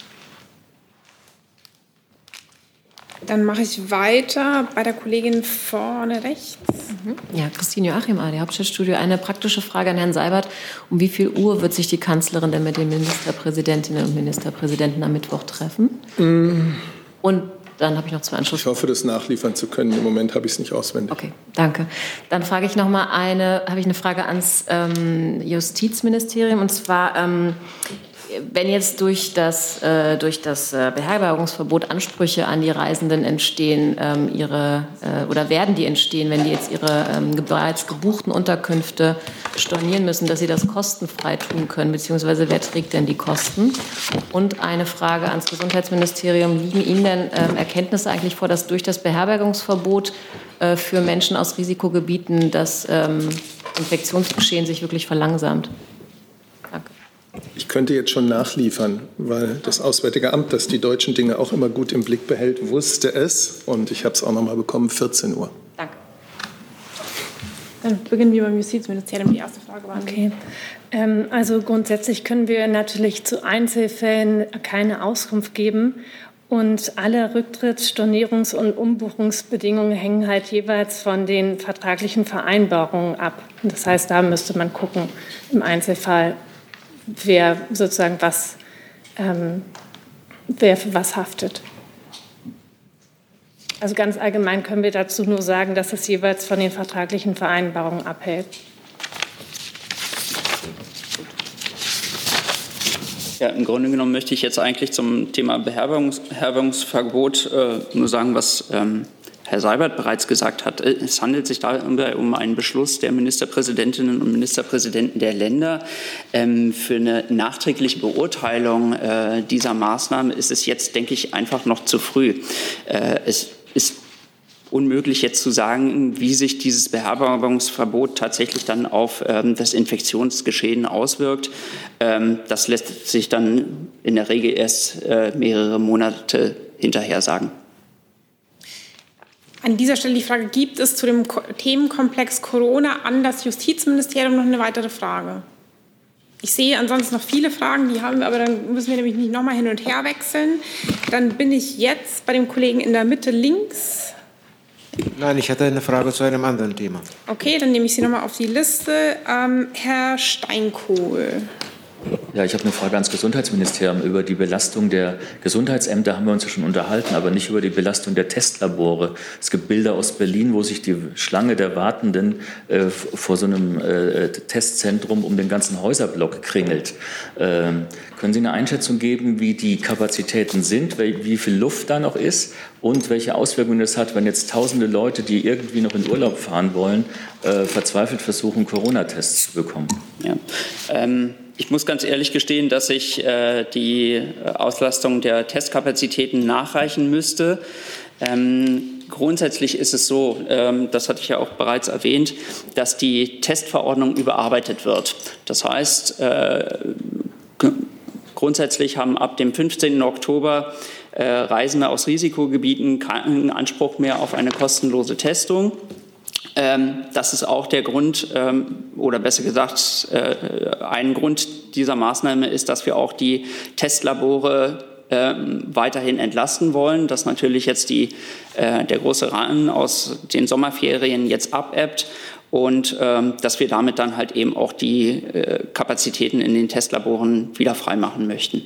Dann mache ich weiter bei der Kollegin vorne rechts.
Ja, Christine Joachim, A R D Hauptstadtstudio. Eine praktische Frage an Herrn Seibert. Um wie viel Uhr wird sich die Kanzlerin denn mit den Ministerpräsidentinnen und Ministerpräsidenten am Mittwoch treffen?
Mm.
Und Dann habe ich noch zwei Anschlussfragen.
Ich hoffe, das nachliefern zu können. Im Moment habe ich es nicht auswendig.
Okay, danke. Dann frage ich noch mal eine, habe ich eine Frage ans ähm, Justizministerium. Und zwar, ähm, wenn jetzt durch das, äh, durch das äh, Beherbergungsverbot Ansprüche an die Reisenden entstehen, ähm, ihre, äh, oder werden die entstehen, wenn die jetzt ihre ähm, bereits gebuchten Unterkünfte stornieren müssen, dass sie das kostenfrei tun können, beziehungsweise wer trägt denn die Kosten? Und eine Frage ans Gesundheitsministerium, liegen Ihnen denn ähm, Erkenntnisse eigentlich vor, dass durch das Beherbergungsverbot äh, für Menschen aus Risikogebieten das ähm, Infektionsgeschehen sich wirklich verlangsamt? Danke.
Ich könnte jetzt schon nachliefern, weil das Auswärtige Amt, das die deutschen Dinge auch immer gut im Blick behält, wusste es. Und ich habe es auch noch mal bekommen, vierzehn Uhr.
Danke. Dann beginnen wir beim Justizministerium. Die erste Frage war.
Okay. Ähm, also grundsätzlich können wir natürlich zu Einzelfällen keine Auskunft geben. Und alle Rücktritts-, Stornierungs- und Umbuchungsbedingungen hängen halt jeweils von den vertraglichen Vereinbarungen ab. Das heißt, da müsste man gucken im Einzelfall, wer sozusagen was, ähm, wer für was haftet. Also ganz allgemein können wir dazu nur sagen, dass es jeweils von den vertraglichen Vereinbarungen abhält.
Ja, im Grunde genommen möchte ich jetzt eigentlich zum Thema Beherbergungs- Beherbergungsverbot äh, nur sagen, was ähm, Herr Seibert bereits gesagt hat. Es handelt sich dabei um einen Beschluss der Ministerpräsidentinnen und Ministerpräsidenten der Länder. Ähm, für eine nachträgliche Beurteilung äh, dieser Maßnahme ist es jetzt, denke ich, einfach noch zu früh. Äh, es ist unmöglich jetzt zu sagen, wie sich dieses Beherbergungsverbot tatsächlich dann auf ähm, das Infektionsgeschehen auswirkt. Ähm, das lässt sich dann in der Regel erst äh, mehrere Monate hinterher sagen.
An dieser Stelle die Frage, gibt es zu dem Themenkomplex Corona an das Justizministerium noch eine weitere Frage? Ich sehe ansonsten noch viele Fragen, die haben wir, aber dann müssen wir nämlich nicht nochmal hin und her wechseln. Dann bin ich jetzt bei dem Kollegen in der Mitte links.
Nein, ich hatte eine Frage zu einem anderen Thema.
Okay, dann nehme ich Sie nochmal auf die Liste. Ähm, Herr Steinkohl.
Ja, ich habe eine Frage ans Gesundheitsministerium. Über die Belastung der Gesundheitsämter haben wir uns ja schon unterhalten, aber nicht über die Belastung der Testlabore. Es gibt Bilder aus Berlin, wo sich die Schlange der Wartenden äh, vor so einem äh, Testzentrum um den ganzen Häuserblock kringelt. Ähm, können Sie eine Einschätzung geben, wie die Kapazitäten sind, wie viel Luft da noch ist und welche Auswirkungen das hat, wenn jetzt tausende Leute, die irgendwie noch in Urlaub fahren wollen, äh, verzweifelt versuchen, Corona-Tests zu bekommen?
Ja. Ähm Ich muss ganz ehrlich gestehen, dass ich äh, die Auslastung der Testkapazitäten nachreichen müsste. Ähm, grundsätzlich ist es so, ähm, das hatte ich ja auch bereits erwähnt, dass die Testverordnung überarbeitet wird. Das heißt, äh, grundsätzlich haben ab dem fünfzehnten Oktober äh, Reisende aus Risikogebieten keinen Anspruch mehr auf eine kostenlose Testung. Ähm, das ist auch der Grund, ähm, oder besser gesagt, äh, ein Grund dieser Maßnahme ist, dass wir auch die Testlabore ähm, weiterhin entlasten wollen, dass natürlich jetzt die, äh, der große Run aus den Sommerferien jetzt abebbt und ähm, dass wir damit dann halt eben auch die äh, Kapazitäten in den Testlaboren wieder freimachen möchten.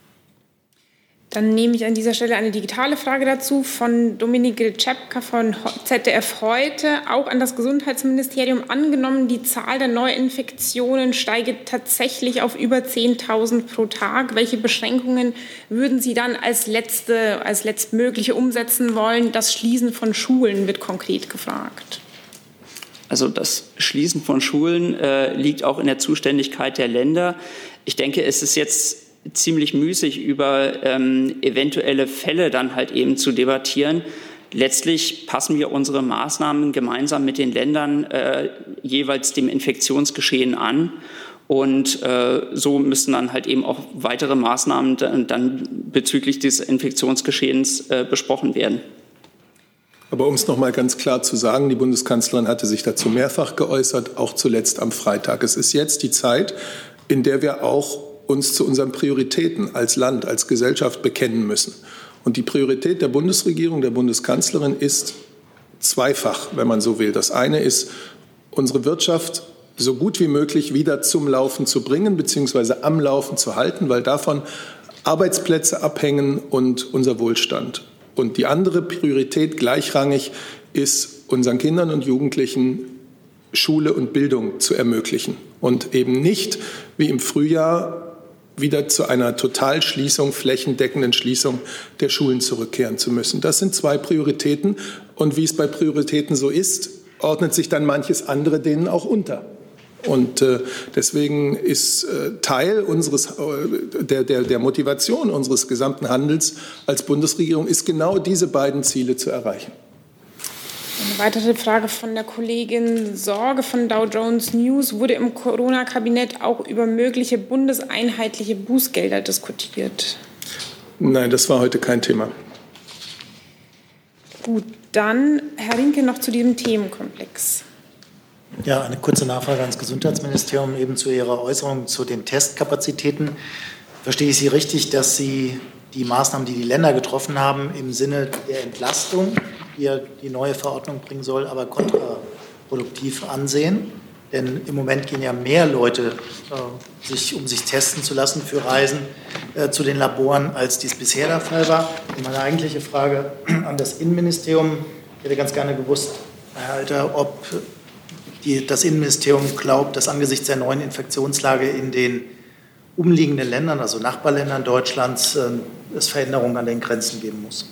Dann nehme ich an dieser Stelle eine digitale Frage dazu von Dominik Gritschepka von Z D F heute, auch an das Gesundheitsministerium. Angenommen, die Zahl der Neuinfektionen steigt tatsächlich auf über zehntausend pro Tag. Welche Beschränkungen würden Sie dann als letzte, als letztmögliche umsetzen wollen? Das Schließen von Schulen wird konkret gefragt.
Also das Schließen von Schulen äh, liegt auch in der Zuständigkeit der Länder. Ich denke, es ist jetzt ziemlich müßig, über ähm, eventuelle Fälle dann halt eben zu debattieren. Letztlich passen wir unsere Maßnahmen gemeinsam mit den Ländern äh, jeweils dem Infektionsgeschehen an. Und äh, so müssen dann halt eben auch weitere Maßnahmen dann, dann bezüglich des Infektionsgeschehens äh, besprochen werden.
Aber um es noch mal ganz klar zu sagen, die Bundeskanzlerin hatte sich dazu mehrfach geäußert, auch zuletzt am Freitag. Es ist jetzt die Zeit, in der wir auch uns zu unseren Prioritäten als Land, als Gesellschaft bekennen müssen. Und die Priorität der Bundesregierung, der Bundeskanzlerin ist zweifach, wenn man so will. Das eine ist, unsere Wirtschaft so gut wie möglich wieder zum Laufen zu bringen, beziehungsweise am Laufen zu halten, weil davon Arbeitsplätze abhängen und unser Wohlstand. Und die andere Priorität gleichrangig ist, unseren Kindern und Jugendlichen Schule und Bildung zu ermöglichen und eben nicht wie im Frühjahr wieder zu einer Totalschließung, flächendeckenden Schließung der Schulen zurückkehren zu müssen. Das sind zwei Prioritäten. Und wie es bei Prioritäten so ist, ordnet sich dann manches andere denen auch unter. Und äh, deswegen ist äh, Teil unseres, äh, der, der, der Motivation unseres gesamten Handels als Bundesregierung ist genau diese beiden Ziele zu erreichen.
Eine weitere Frage von der Kollegin Sorge von Dow Jones News. Wurde im Corona-Kabinett auch über mögliche bundeseinheitliche Bußgelder diskutiert?
Nein, das war heute kein Thema.
Gut, dann Herr Rinke noch zu diesem Themenkomplex.
Ja, eine kurze Nachfrage ans Gesundheitsministerium eben zu Ihrer Äußerung zu den Testkapazitäten. Verstehe ich Sie richtig, dass Sie die Maßnahmen, die die Länder getroffen haben, im Sinne der Entlastung, die ja die neue Verordnung bringen soll, aber kontraproduktiv ansehen? Denn im Moment gehen ja mehr Leute, äh, sich, um sich testen zu lassen für Reisen äh, zu den Laboren, als dies bisher der Fall war. Und meine eigentliche Frage an das Innenministerium, ich hätte ganz gerne gewusst, Herr Alter, ob die, das Innenministerium glaubt, dass angesichts der neuen Infektionslage in den umliegenden Ländern, also Nachbarländern Deutschlands, äh, es Veränderungen an den Grenzen geben muss.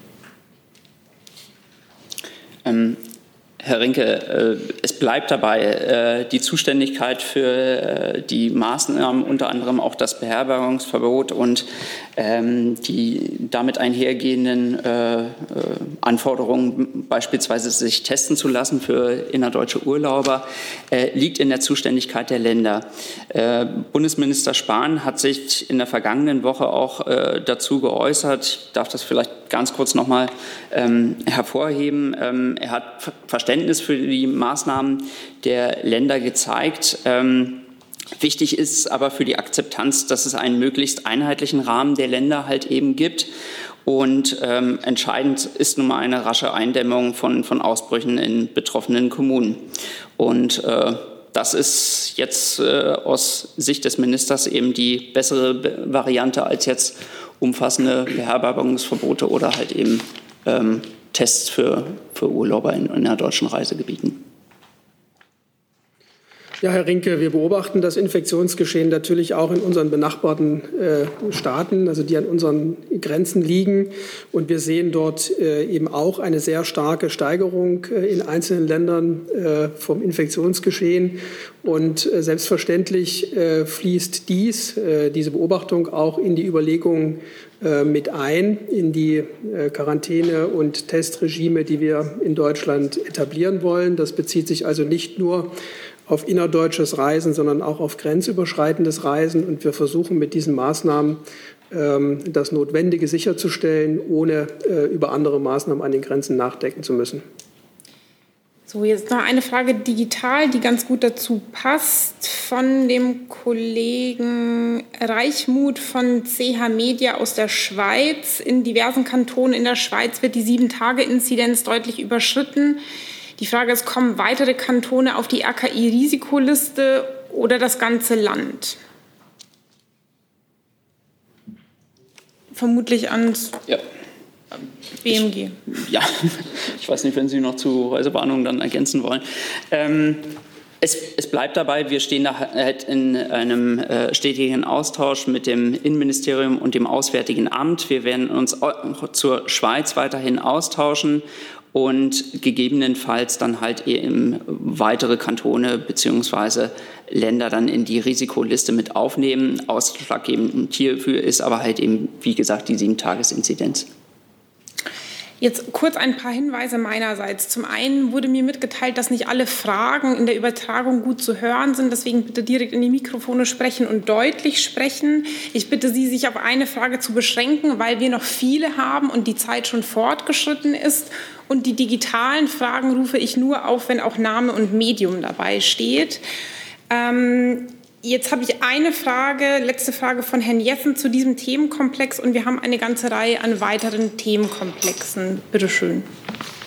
Ähm, Herr Rinke, äh, es bleibt dabei, äh, die Zuständigkeit für äh, die Maßnahmen, unter anderem auch das Beherbergungsverbot und ähm, die damit einhergehenden äh, äh, Anforderungen, beispielsweise sich testen zu lassen für innerdeutsche Urlauber, äh, liegt in der Zuständigkeit der Länder. Äh, Bundesminister Spahn hat sich in der vergangenen Woche auch äh, dazu geäußert. Ich darf das vielleicht ganz kurz noch mal ähm, hervorheben. Ähm, er hat Verständnis für die Maßnahmen der Länder gezeigt. Ähm, wichtig ist aber für die Akzeptanz, dass es einen möglichst einheitlichen Rahmen der Länder halt eben gibt. Und ähm, entscheidend ist nun mal eine rasche Eindämmung von, von Ausbrüchen in betroffenen Kommunen. Und äh, das ist jetzt äh, aus Sicht des Ministers eben die bessere Variante als jetzt umfassende Beherbergungsverbote oder halt eben ähm, Tests für, für Urlauber in, in deutschen Reisegebieten.
Ja, Herr Rinke, wir beobachten das Infektionsgeschehen natürlich auch in unseren benachbarten äh, Staaten, also die an unseren Grenzen liegen. Und wir sehen dort äh, eben auch eine sehr starke Steigerung äh, in einzelnen Ländern äh, vom Infektionsgeschehen. Und äh, selbstverständlich äh, fließt dies, äh, diese Beobachtung auch in die Überlegungen äh, mit ein, in die äh, Quarantäne- und Testregime, die wir in Deutschland etablieren wollen. Das bezieht sich also nicht nur auf innerdeutsches Reisen, sondern auch auf grenzüberschreitendes Reisen. Und wir versuchen mit diesen Maßnahmen ähm, das Notwendige sicherzustellen, ohne äh, über andere Maßnahmen an den Grenzen nachdenken zu müssen.
So, jetzt noch eine Frage digital, die ganz gut dazu passt, von dem Kollegen Reichmuth von C H Media aus der Schweiz. In diversen Kantonen in der Schweiz wird die sieben-Tage-Inzidenz deutlich überschritten. Die Frage ist, kommen weitere Kantone auf die R K I-Risikoliste oder das ganze Land? Vermutlich ans
ja.
B M G.
Ich, ja, ich weiß nicht, wenn Sie noch zu Reisewarnungen dann ergänzen wollen. Ähm, es, es bleibt dabei, wir stehen da halt in einem äh, stetigen Austausch mit dem Innenministerium und dem Auswärtigen Amt. Wir werden uns auch zur Schweiz weiterhin austauschen und gegebenenfalls dann halt eben weitere Kantone bzw. Länder dann in die Risikoliste mit aufnehmen. Ausschlaggebend hierfür ist aber halt eben, wie gesagt, die sieben-Tages-Inzidenz.
Jetzt kurz ein paar Hinweise meinerseits. Zum einen wurde mir mitgeteilt, dass nicht alle Fragen in der Übertragung gut zu hören sind. Deswegen bitte direkt in die Mikrofone sprechen und deutlich sprechen. Ich bitte Sie, sich auf eine Frage zu beschränken, weil wir noch viele haben und die Zeit schon fortgeschritten ist. Und die digitalen Fragen rufe ich nur auf, wenn auch Name und Medium dabei steht. Ähm, Jetzt habe ich eine Frage, letzte Frage von Herrn Jessen zu diesem Themenkomplex und wir haben eine ganze Reihe an weiteren Themenkomplexen. Bitte schön.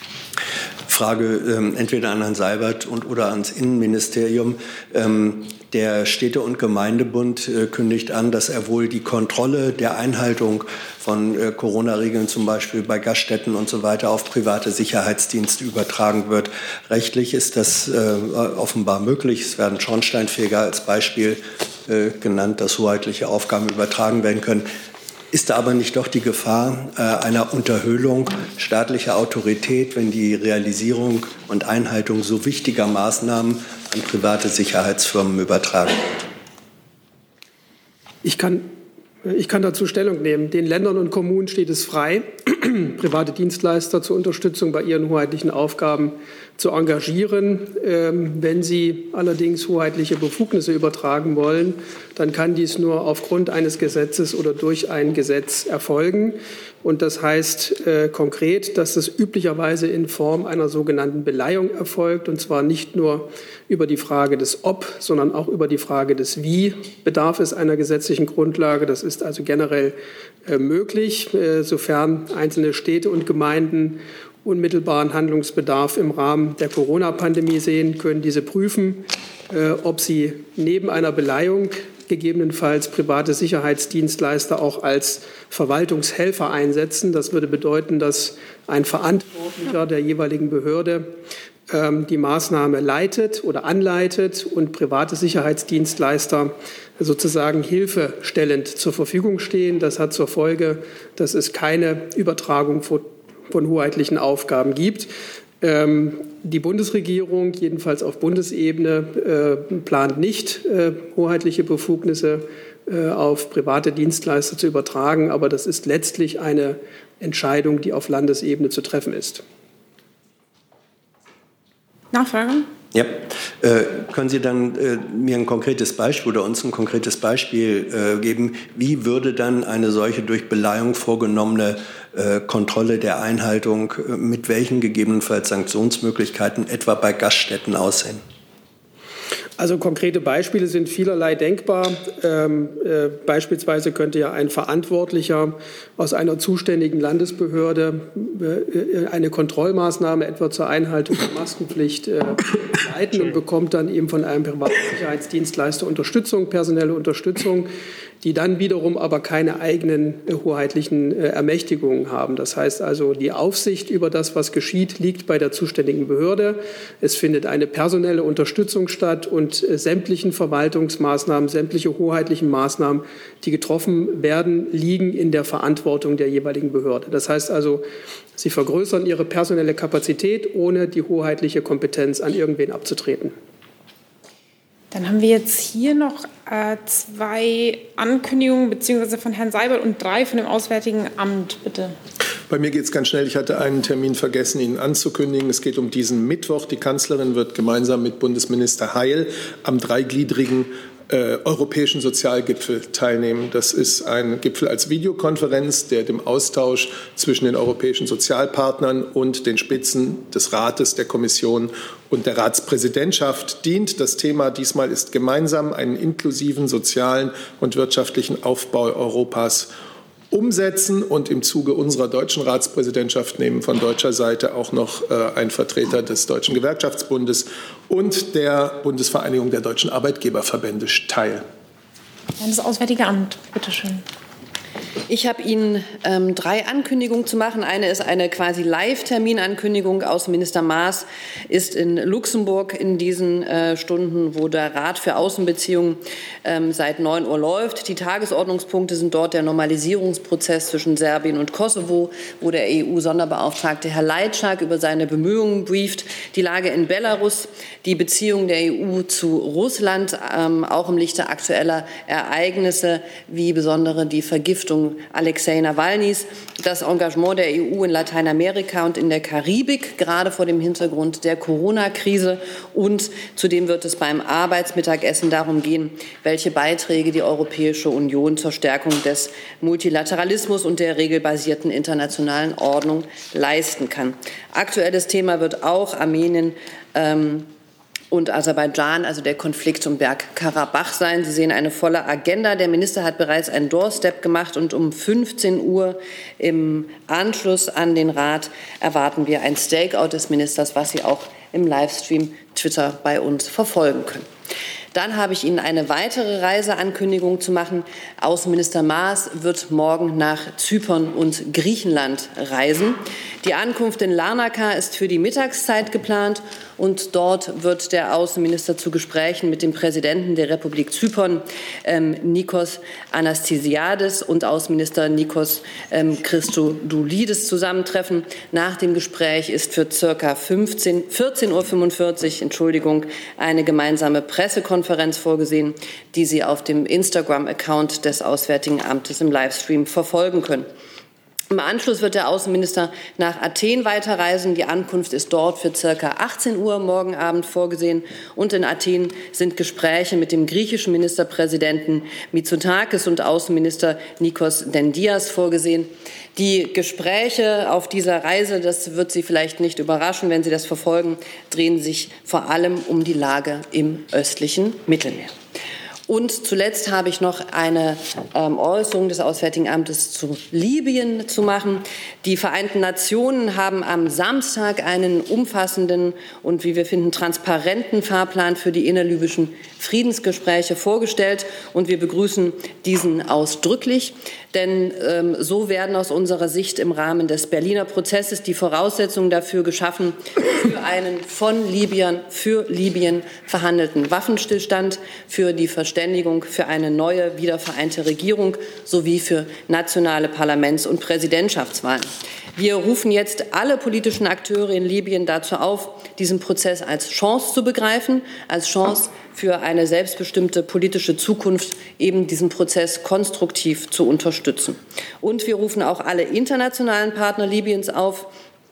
Frage ähm, entweder an Herrn Seibert und oder ans Innenministerium. Ähm, Der Städte- und Gemeindebund äh, kündigt an, dass er wohl die Kontrolle der Einhaltung von äh, Corona-Regeln, zum Beispiel bei Gaststätten und so weiter, auf private Sicherheitsdienste übertragen wird. Rechtlich ist das äh, offenbar möglich. Es werden Schornsteinfeger als Beispiel äh, genannt, dass hoheitliche Aufgaben übertragen werden können. Ist da aber nicht doch die Gefahr äh, einer Unterhöhlung staatlicher Autorität, wenn die Realisierung und Einhaltung so wichtiger Maßnahmen an private Sicherheitsfirmen übertragen wird?
Ich kann, ich kann dazu Stellung nehmen. Den Ländern und Kommunen steht es frei, private Dienstleister zur Unterstützung bei ihren hoheitlichen Aufgaben zu engagieren. Wenn sie allerdings hoheitliche Befugnisse übertragen wollen, dann kann dies nur aufgrund eines Gesetzes oder durch ein Gesetz erfolgen. Und das heißt äh, konkret, dass das üblicherweise in Form einer sogenannten Beleihung erfolgt, und zwar nicht nur über die Frage des Ob, sondern auch über die Frage des Wie bedarf es einer gesetzlichen Grundlage. Das ist also generell äh, möglich, äh, sofern einzelne Städte und Gemeinden unmittelbaren Handlungsbedarf im Rahmen der Corona-Pandemie sehen, können diese prüfen, äh, ob sie neben einer Beleihung gegebenenfalls private Sicherheitsdienstleister auch als Verwaltungshelfer einsetzen. Das würde bedeuten, dass ein Verantwortlicher der jeweiligen Behörde ähm, die Maßnahme leitet oder anleitet und private Sicherheitsdienstleister sozusagen hilfestellend zur Verfügung stehen. Das hat zur Folge, dass es keine Übertragung von, von hoheitlichen Aufgaben gibt. Ähm, die Bundesregierung, jedenfalls auf Bundesebene, äh, plant nicht, äh, hoheitliche Befugnisse äh, auf private Dienstleister zu übertragen. Aber das ist letztlich eine Entscheidung, die auf Landesebene zu treffen ist.
Nachfrage?
Ja. Äh, können Sie dann äh, mir ein konkretes Beispiel oder uns ein konkretes Beispiel äh, geben? Wie würde dann eine solche durch Beleihung vorgenommene äh, Kontrolle der Einhaltung äh, mit welchen gegebenenfalls Sanktionsmöglichkeiten etwa bei Gaststätten aussehen?
Also konkrete Beispiele sind vielerlei denkbar. Ähm, äh, beispielsweise könnte ja ein Verantwortlicher aus einer zuständigen Landesbehörde äh, eine Kontrollmaßnahme etwa zur Einhaltung der Maskenpflicht äh, leiten und bekommt dann eben von einem privaten Sicherheitsdienstleister Unterstützung, personelle Unterstützung, die dann wiederum aber keine eigenen äh, hoheitlichen äh, Ermächtigungen haben. Das heißt also, die Aufsicht über das, was geschieht, liegt bei der zuständigen Behörde. Es findet eine personelle Unterstützung statt und äh, sämtlichen Verwaltungsmaßnahmen, sämtliche hoheitlichen Maßnahmen, die getroffen werden, liegen in der Verantwortung der jeweiligen Behörde. Das heißt also, sie vergrößern ihre personelle Kapazität, ohne die hoheitliche Kompetenz an irgendwen abzutreten.
Dann haben wir jetzt hier noch äh, zwei Ankündigungen, beziehungsweise von Herrn Seibert und drei von dem Auswärtigen Amt. Bitte.
Bei mir geht es ganz schnell. Ich hatte einen Termin vergessen, Ihnen anzukündigen. Es geht um diesen Mittwoch. Die Kanzlerin wird gemeinsam mit Bundesminister Heil am dreigliedrigen Äh, europäischen Sozialgipfel teilnehmen. Das ist ein Gipfel als Videokonferenz, der dem Austausch zwischen den europäischen Sozialpartnern und den Spitzen des Rates, der Kommission und der Ratspräsidentschaft dient. Das Thema diesmal ist gemeinsam einen inklusiven sozialen und wirtschaftlichen Aufbau Europas umsetzen, und im Zuge unserer deutschen Ratspräsidentschaft nehmen von deutscher Seite auch noch äh, ein Vertreter des Deutschen Gewerkschaftsbundes und der Bundesvereinigung der deutschen Arbeitgeberverbände teil.
Dann das Auswärtige Amt, bitte schön.
Ich habe Ihnen ähm, drei Ankündigungen zu machen. Eine ist eine quasi Live-Terminankündigung. Außenminister Maas ist in Luxemburg in diesen äh, Stunden, wo der Rat für Außenbeziehungen ähm, seit neun Uhr läuft. Die Tagesordnungspunkte sind dort der Normalisierungsprozess zwischen Serbien und Kosovo, wo der E U-Sonderbeauftragte Herr Lajčák über seine Bemühungen brieft, die Lage in Belarus, die Beziehungen der E U zu Russland, ähm, auch im Lichte aktueller Ereignisse wie besondere die Vergiftung Alexei Nawalnys, das Engagement der E U in Lateinamerika und in der Karibik, gerade vor dem Hintergrund der Corona-Krise. Und zudem wird es beim Arbeitsmittagessen darum gehen, welche Beiträge die Europäische Union zur Stärkung des Multilateralismus und der regelbasierten internationalen Ordnung leisten kann. Aktuelles Thema wird auch Armenien ähm, und Aserbaidschan, also der Konflikt um Bergkarabach sein. Sie sehen eine volle Agenda. Der Minister hat bereits einen Doorstep gemacht, und um fünfzehn Uhr im Anschluss an den Rat erwarten wir ein Stakeout des Ministers, was Sie auch im Livestream Twitter bei uns verfolgen können. Dann habe ich Ihnen eine weitere Reiseankündigung zu machen. Außenminister Maas wird morgen nach Zypern und Griechenland reisen. Die Ankunft in Larnaca ist für die Mittagszeit geplant und dort wird der Außenminister zu Gesprächen mit dem Präsidenten der Republik Zypern, ähm, Nikos Anastasiades, und Außenminister Nikos ähm, Christodoulidis zusammentreffen. Nach dem Gespräch ist für circa vierzehn Uhr fünfundvierzig Entschuldigung, eine gemeinsame Pressekonferenz vorgesehen, die Sie auf dem Instagram-Account des Auswärtigen Amtes im Livestream verfolgen können. Im Anschluss wird der Außenminister nach Athen weiterreisen. Die Ankunft ist dort für circa achtzehn Uhr morgen Abend vorgesehen. Und in Athen sind Gespräche mit dem griechischen Ministerpräsidenten Mitsotakis und Außenminister Nikos Dendias vorgesehen. Die Gespräche auf dieser Reise, das wird Sie vielleicht nicht überraschen, wenn Sie das verfolgen, drehen sich vor allem um die Lage im östlichen Mittelmeer. Und zuletzt habe ich noch eine ähm, Äußerung des Auswärtigen Amtes zu Libyen zu machen. Die Vereinten Nationen haben am Samstag einen umfassenden und, wie wir finden, transparenten Fahrplan für die innerlibyschen Friedensgespräche vorgestellt. Und wir begrüßen diesen ausdrücklich. Denn ähm, so werden aus unserer Sicht im Rahmen des Berliner Prozesses die Voraussetzungen dafür geschaffen, für einen von Libyern für Libyen verhandelten Waffenstillstand, für die Verständigung, für eine neue, wiedervereinte Regierung sowie für nationale Parlaments- und Präsidentschaftswahlen. Wir rufen jetzt alle politischen Akteure in Libyen dazu auf, diesen Prozess als Chance zu begreifen, als Chance für eine selbstbestimmte politische Zukunft, eben diesen Prozess konstruktiv zu unterstützen. Und wir rufen auch alle internationalen Partner Libyens auf,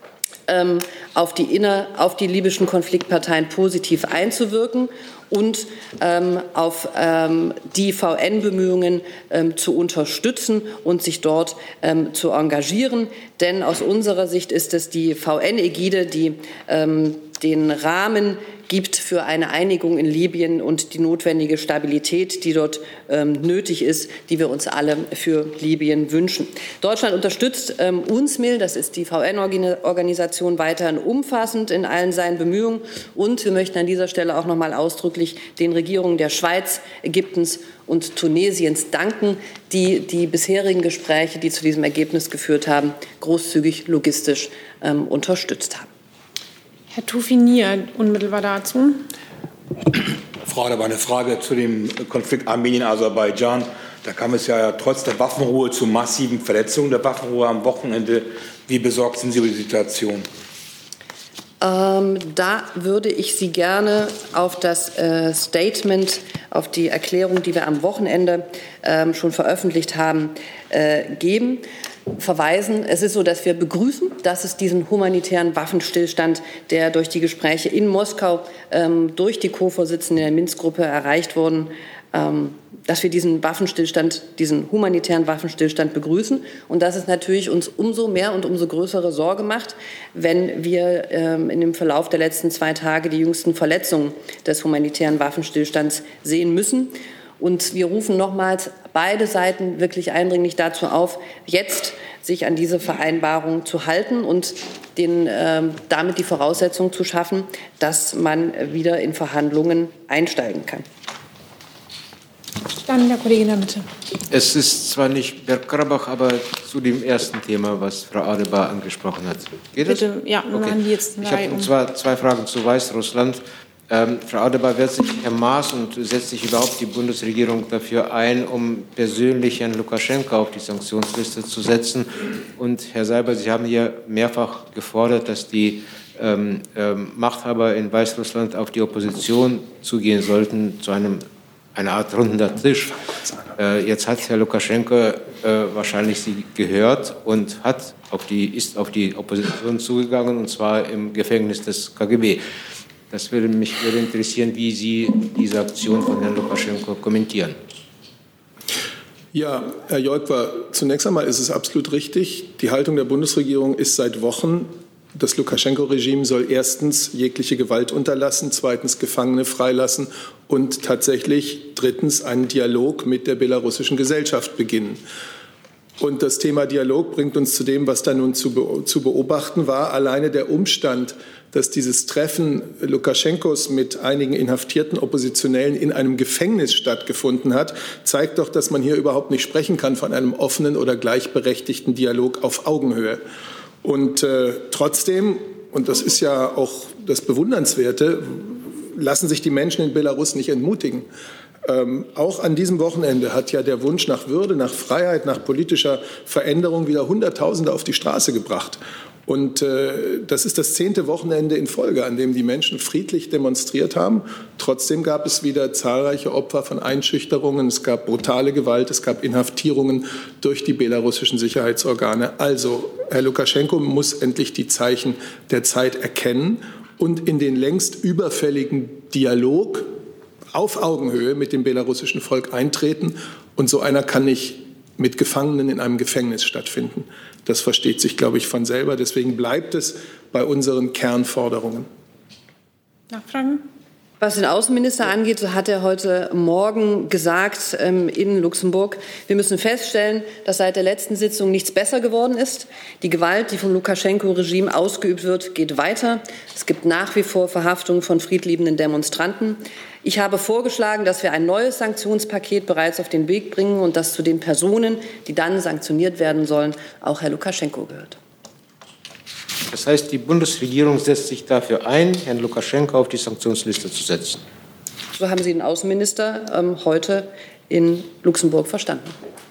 ähm, auf, die inner, auf die libyschen Konfliktparteien positiv einzuwirken und ähm, auf ähm, die V N-Bemühungen ähm, zu unterstützen und sich dort ähm, zu engagieren. Denn aus unserer Sicht ist es die V N-Ägide, die ähm, den Rahmen gibt für eine Einigung in Libyen und die notwendige Stabilität, die dort ähm, nötig ist, die wir uns alle für Libyen wünschen. Deutschland unterstützt ähm, UNSMIL, das ist die V N-Organisation, weiterhin umfassend in allen seinen Bemühungen. Und wir möchten an dieser Stelle auch noch mal ausdrücklich den Regierungen der Schweiz, Ägyptens und Tunesiens danken, die die bisherigen Gespräche, die zu diesem Ergebnis geführt haben, großzügig logistisch ähm, unterstützt haben.
Herr Toufinier, unmittelbar dazu.
Frau Adebar, eine Frage zu dem Konflikt Armenien-Aserbaidschan. Da kam es ja trotz der Waffenruhe zu massiven Verletzungen der Waffenruhe am Wochenende. Wie besorgt sind Sie über die Situation?
Ähm, da würde ich Sie gerne auf das äh, Statement, auf die Erklärung, die wir am Wochenende ähm, schon veröffentlicht haben, äh, geben. verweisen. Es ist so, dass wir begrüßen, dass es diesen humanitären Waffenstillstand, der durch die Gespräche in Moskau ähm, durch die Co-Vorsitzenden der Minsk-Gruppe erreicht wurden, ähm, dass wir diesen Waffenstillstand, diesen humanitären Waffenstillstand begrüßen und dass es natürlich uns umso mehr und umso größere Sorge macht, wenn wir ähm, in dem Verlauf der letzten zwei Tage die jüngsten Verletzungen des humanitären Waffenstillstands sehen müssen. Und wir rufen nochmals beide Seiten wirklich eindringlich dazu auf, jetzt sich an diese Vereinbarung zu halten und den, äh, damit die Voraussetzung zu schaffen, dass man wieder in Verhandlungen einsteigen kann.
Dann der Kollege in der Mitte.
Es ist zwar nicht Bergkarabach, aber zu dem ersten Thema, was Frau Adebar angesprochen hat. Geht
Bitte,
das?
ja, wir
okay.
machen die jetzt
Ich habe zwar zwei Fragen zu Weißrussland. Ähm, Frau Adebar, wird sich Herr Maas und setzt sich überhaupt die Bundesregierung dafür ein, um persönlich Herrn Lukaschenka auf die Sanktionsliste zu setzen? Und Herr Seibert, Sie haben hier mehrfach gefordert, dass die ähm, ähm, Machthaber in Weißrussland auf die Opposition zugehen sollten, zu einem eine Art runder Tisch. Äh, jetzt hat Herr Lukaschenko äh, wahrscheinlich Sie gehört und hat auf die, ist auf die Opposition zugegangen, und zwar im Gefängnis des K G B. Das würde mich würde interessieren, wie Sie diese Aktion von Herrn Lukaschenko kommentieren.
Ja, Herr Jeugwer, zunächst einmal ist es absolut richtig. Die Haltung der Bundesregierung ist seit Wochen, das Lukaschenko-Regime soll erstens jegliche Gewalt unterlassen, zweitens Gefangene freilassen und tatsächlich drittens einen Dialog mit der belarussischen Gesellschaft beginnen. Und das Thema Dialog bringt uns zu dem, was da nun zu, be- zu beobachten war. Alleine der Umstand, dass dieses Treffen Lukaschenkos mit einigen inhaftierten Oppositionellen in einem Gefängnis stattgefunden hat, zeigt doch, dass man hier überhaupt nicht sprechen kann von einem offenen oder gleichberechtigten Dialog auf Augenhöhe. Und äh, trotzdem, und das ist ja auch das Bewundernswerte, lassen sich die Menschen in Belarus nicht entmutigen. Ähm, auch an diesem Wochenende hat ja der Wunsch nach Würde, nach Freiheit, nach politischer Veränderung wieder Hunderttausende auf die Straße gebracht. Und äh, das ist das zehnte Wochenende in Folge, an dem die Menschen friedlich demonstriert haben. Trotzdem gab es wieder zahlreiche Opfer von Einschüchterungen. Es gab brutale Gewalt, es gab Inhaftierungen durch die belarussischen Sicherheitsorgane. Also Herr Lukaschenko muss endlich die Zeichen der Zeit erkennen und in den längst überfälligen Dialog auf Augenhöhe mit dem belarussischen Volk eintreten. Und so einer kann nicht mit Gefangenen in einem Gefängnis stattfinden. Das versteht sich, glaube ich, von selber. Deswegen bleibt es bei unseren Kernforderungen.
Nachfragen?
Was den Außenminister angeht, so hat er heute Morgen gesagt ähm, in Luxemburg, wir müssen feststellen, dass seit der letzten Sitzung nichts besser geworden ist. Die Gewalt, die vom Lukaschenko-Regime ausgeübt wird, geht weiter. Es gibt nach wie vor Verhaftungen von friedliebenden Demonstranten. Ich habe vorgeschlagen, dass wir ein neues Sanktionspaket bereits auf den Weg bringen und dass zu den Personen, die dann sanktioniert werden sollen, auch Herr Lukaschenko gehört.
Das heißt, die Bundesregierung setzt sich dafür ein, Herrn Lukaschenko auf die Sanktionsliste zu setzen.
So haben Sie den Außenminister ähm, heute in Luxemburg verstanden.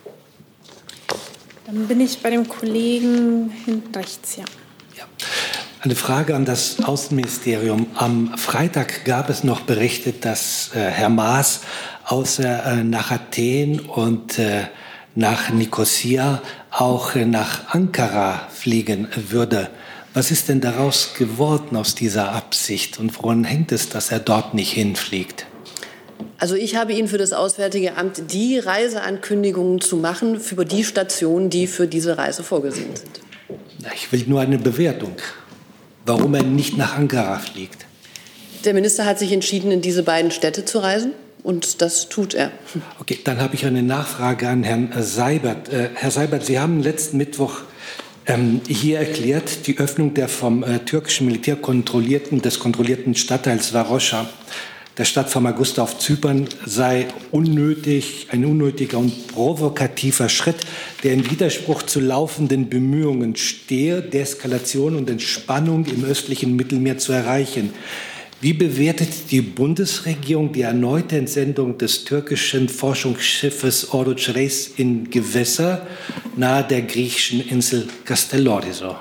Dann bin ich bei dem Kollegen hinten rechts, ja.
Eine Frage an das Außenministerium. Am Freitag gab es noch Berichte, dass äh, Herr Maas außer äh, nach Athen und äh, nach Nikosia auch äh, nach Ankara fliegen würde. Was ist denn daraus geworden aus dieser Absicht und woran hängt es, dass er dort nicht hinfliegt?
Also ich habe Ihnen für das Auswärtige Amt die Reiseankündigungen zu machen für die Stationen, die für diese Reise vorgesehen sind.
Ich will nur eine Bewertung, warum er nicht nach Ankara fliegt.
Der Minister hat sich entschieden, in diese beiden Städte zu reisen. Und das tut er.
Okay, dann habe ich eine Nachfrage an Herrn Seibert. Äh, Herr Seibert, Sie haben letzten Mittwoch ähm, hier erklärt, die Öffnung der vom äh, türkischen Militär kontrollierten, des kontrollierten Stadtteils Varosha, der Stadt Famagusta auf Zypern, sei unnötig, ein unnötiger und provokativer Schritt, der in Widerspruch zu laufenden Bemühungen stehe, Deeskalation und Entspannung im östlichen Mittelmeer zu erreichen. Wie bewertet die Bundesregierung die erneute Entsendung des türkischen Forschungsschiffes Oruç Reis in Gewässer nahe der griechischen Insel Kastellorizo?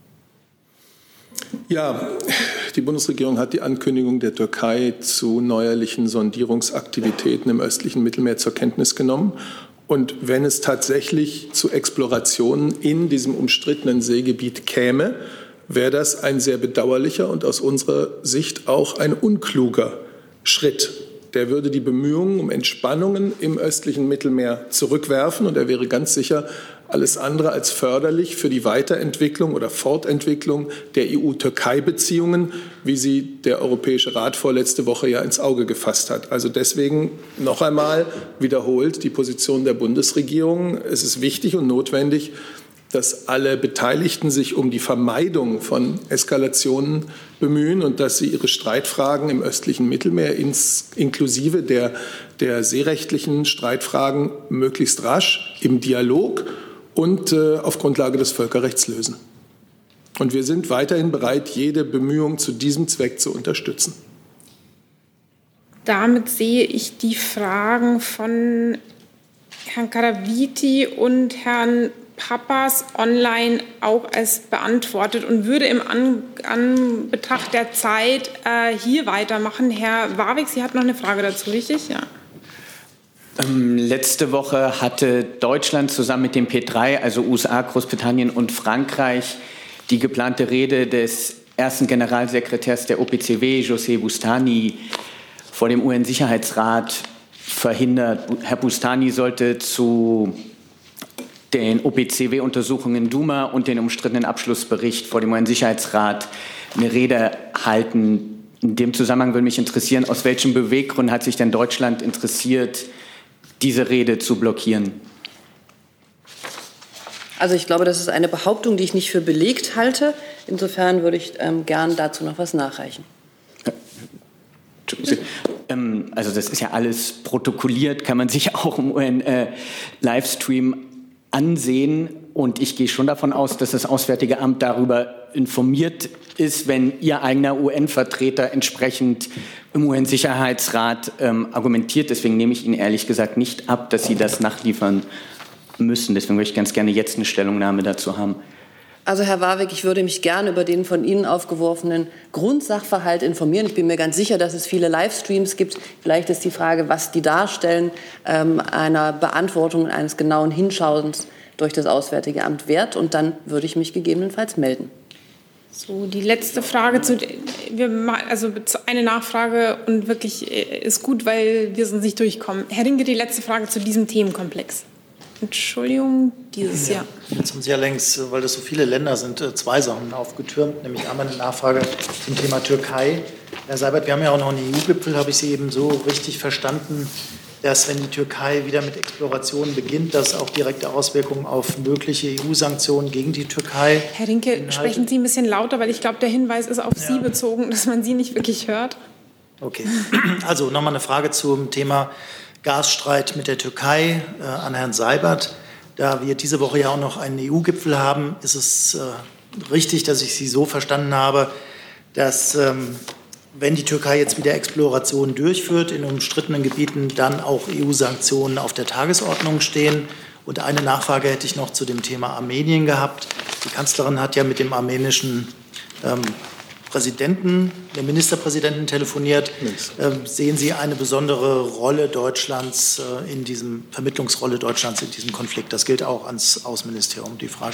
Ja, die Bundesregierung hat die Ankündigung der Türkei zu neuerlichen Sondierungsaktivitäten im östlichen Mittelmeer zur Kenntnis genommen. Und wenn es tatsächlich zu Explorationen in diesem umstrittenen Seegebiet käme, wäre das ein sehr bedauerlicher und aus unserer Sicht auch ein unkluger Schritt. Der würde die Bemühungen um Entspannungen im östlichen Mittelmeer zurückwerfen und er wäre ganz sicher alles andere als förderlich für die Weiterentwicklung oder Fortentwicklung der E U-Türkei-Beziehungen, wie sie der Europäische Rat vorletzte Woche ja ins Auge gefasst hat. Also deswegen noch einmal wiederholt die Position der Bundesregierung. Es ist wichtig und notwendig, dass alle Beteiligten sich um die Vermeidung von Eskalationen bemühen und dass sie ihre Streitfragen im östlichen Mittelmeer ins, inklusive der, der seerechtlichen Streitfragen möglichst rasch im Dialog und äh, auf Grundlage des Völkerrechts lösen. Und wir sind weiterhin bereit, jede Bemühung zu diesem Zweck zu unterstützen.
Damit sehe ich die Fragen von Herrn Caraviti und Herrn Pappas online auch als beantwortet und würde im An Anbetracht der Zeit äh, hier weitermachen. Herr Warwick, Sie hatten noch eine Frage dazu, richtig? Ja.
Ähm, letzte Woche hatte Deutschland zusammen mit dem P drei, also U S A, Großbritannien und Frankreich, die geplante Rede des ersten Generalsekretärs der O P C W, José Bustani, vor dem U N-Sicherheitsrat verhindert. Herr Bustani sollte zu den O P C W-Untersuchungen Duma und den umstrittenen Abschlussbericht vor dem U N-Sicherheitsrat eine Rede halten. In dem Zusammenhang würde mich interessieren, aus welchem Beweggrund hat sich denn Deutschland interessiert, diese Rede zu blockieren?
Also ich glaube, das ist eine Behauptung, die ich nicht für belegt halte. Insofern würde ich ähm, gern dazu noch was nachreichen.
Also das ist ja alles protokolliert, kann man sich auch im U N-Livestream ansehen. Und ich gehe schon davon aus, dass das Auswärtige Amt darüber informiert ist, wenn Ihr eigener U N-Vertreter entsprechend im U N-Sicherheitsrat ähm, argumentiert. Deswegen nehme ich Ihnen ehrlich gesagt nicht ab, dass Sie das nachliefern müssen. Deswegen würde ich ganz gerne jetzt eine Stellungnahme dazu haben.
Also Herr Warwick, ich würde mich gern über den von Ihnen aufgeworfenen Grundsachverhalt informieren. Ich bin mir ganz sicher, dass es viele Livestreams gibt. Vielleicht ist die Frage, was die darstellen, ähm, einer Beantwortung eines genauen Hinschauens durch das Auswärtige Amt wert. Und dann würde ich mich gegebenenfalls melden.
So, die letzte Frage zu, wir, also eine Nachfrage und wirklich ist gut, weil wir sonst nicht durchkommen. Herr Rinke, die letzte Frage zu diesem Themenkomplex. Entschuldigung, dieses Jahr.
Ja, jetzt haben Sie ja längst, weil das so viele Länder sind, zwei Sachen aufgetürmt, nämlich einmal eine Nachfrage zum Thema Türkei. Herr Seibert, wir haben ja auch noch einen E U-Gipfel, habe ich Sie eben so richtig verstanden, dass wenn die Türkei wieder mit Explorationen beginnt, das auch direkte Auswirkungen auf mögliche E U-Sanktionen gegen die Türkei.
Herr Rinke,
Inhalte.
Sprechen Sie ein bisschen lauter, weil ich glaube, der Hinweis ist auf ja. Sie bezogen, dass man Sie nicht wirklich hört.
Okay, also nochmal eine Frage zum Thema Gasstreit mit der Türkei äh, an Herrn Seibert. Da wir diese Woche ja auch noch einen E U-Gipfel haben, ist es äh, richtig, dass ich Sie so verstanden habe, dass ähm, wenn die Türkei jetzt wieder Explorationen durchführt in umstrittenen Gebieten, dann auch E U-Sanktionen auf der Tagesordnung stehen. Und eine Nachfrage hätte ich noch zu dem Thema Armenien gehabt. Die Kanzlerin hat ja mit dem armenischen ähm, Präsidenten, der Ministerpräsidenten telefoniert. Ähm, sehen Sie eine besondere Rolle Deutschlands äh, in diesem, Vermittlungsrolle Deutschlands in diesem Konflikt? Das gilt auch ans Außenministerium, die Frage.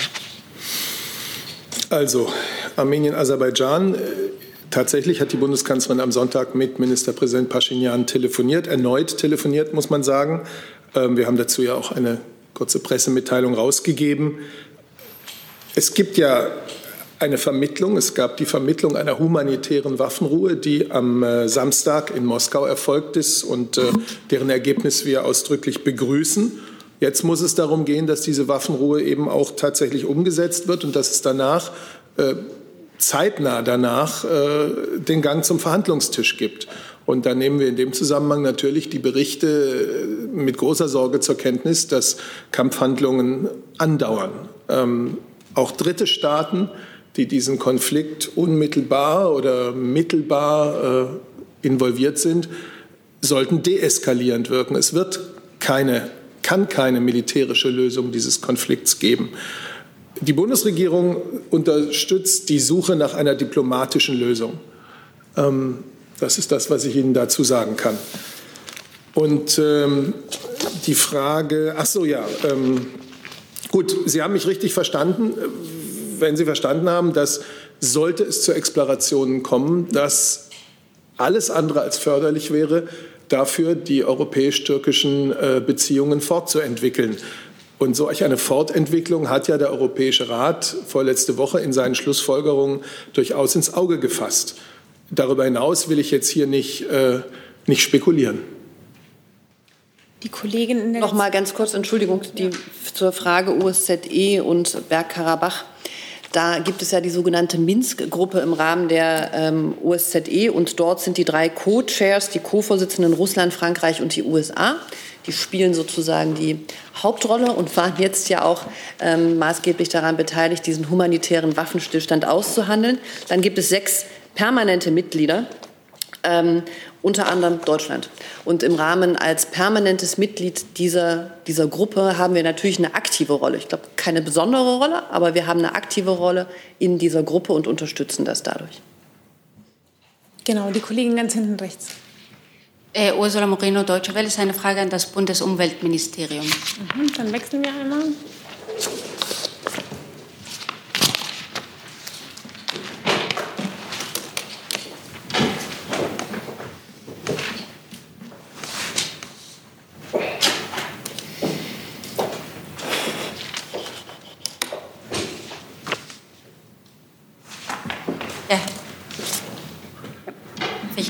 Also, Armenien, Aserbaidschan. Tatsächlich hat die Bundeskanzlerin am Sonntag mit Ministerpräsident Pashinyan telefoniert, erneut telefoniert, muss man sagen. Wir haben dazu ja auch eine kurze Pressemitteilung rausgegeben. Es gibt ja eine Vermittlung. Es gab die Vermittlung einer humanitären Waffenruhe, die am Samstag in Moskau erfolgt ist und deren Ergebnis wir ausdrücklich begrüßen. Jetzt muss es darum gehen, dass diese Waffenruhe eben auch tatsächlich umgesetzt wird und dass es danach zeitnah danach äh, den Gang zum Verhandlungstisch gibt. Und da nehmen wir in dem Zusammenhang natürlich die Berichte mit großer Sorge zur Kenntnis, dass Kampfhandlungen andauern. Ähm, auch dritte Staaten, die diesen Konflikt unmittelbar oder mittelbar äh, involviert sind, sollten deeskalierend wirken. Es wird keine, kann keine militärische Lösung dieses Konflikts geben. Die Bundesregierung unterstützt die Suche nach einer diplomatischen Lösung. Ähm, das ist das, was ich Ihnen dazu sagen kann. Und ähm, die Frage, ach so, ja, ähm, gut, Sie haben mich richtig verstanden, wenn Sie verstanden haben, dass sollte es zu Explorationen kommen, dass alles andere als förderlich wäre, dafür die europäisch-türkischen äh, Beziehungen fortzuentwickeln. Und solch eine Fortentwicklung hat ja der Europäische Rat vorletzte Woche in seinen Schlussfolgerungen durchaus ins Auge gefasst. Darüber hinaus will ich jetzt hier nicht, äh, nicht spekulieren.
Die Kollegin in der
noch mal ganz kurz, Entschuldigung, die, zur Frage O S Z E und Bergkarabach. Da gibt es ja die sogenannte Minsk-Gruppe im Rahmen der ähm, O S Z E und dort sind die drei Co-Chairs, die Co-Vorsitzenden Russland, Frankreich und die U S A. Die spielen sozusagen die Hauptrolle und waren jetzt ja auch ähm, maßgeblich daran beteiligt, diesen humanitären Waffenstillstand auszuhandeln. Dann gibt es sechs permanente Mitglieder, ähm, unter anderem Deutschland. Und im Rahmen als permanentes Mitglied dieser, dieser Gruppe haben wir natürlich eine aktive Rolle. Ich glaube, keine besondere Rolle, aber wir haben eine aktive Rolle in dieser Gruppe und unterstützen das dadurch.
Genau, die Kollegin ganz hinten rechts.
Äh, Ursula Moreno, Deutsche Welle, ist eine Frage an das Bundesumweltministerium.
Mhm, dann wechseln wir einmal.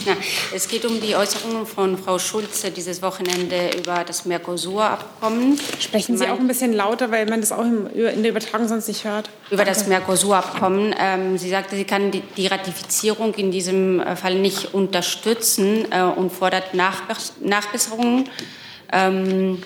Ja, es geht um die Äußerungen von Frau Schulze dieses Wochenende über das Mercosur-Abkommen.
Sprechen Sie auch ein bisschen lauter, weil man das auch in der Übertragung sonst nicht hört.
Über das Mercosur-Abkommen. Ähm, sie sagte, sie kann die, die Ratifizierung in diesem Fall nicht unterstützen äh, und fordert Nachbe- Nachbesserungen. Ähm,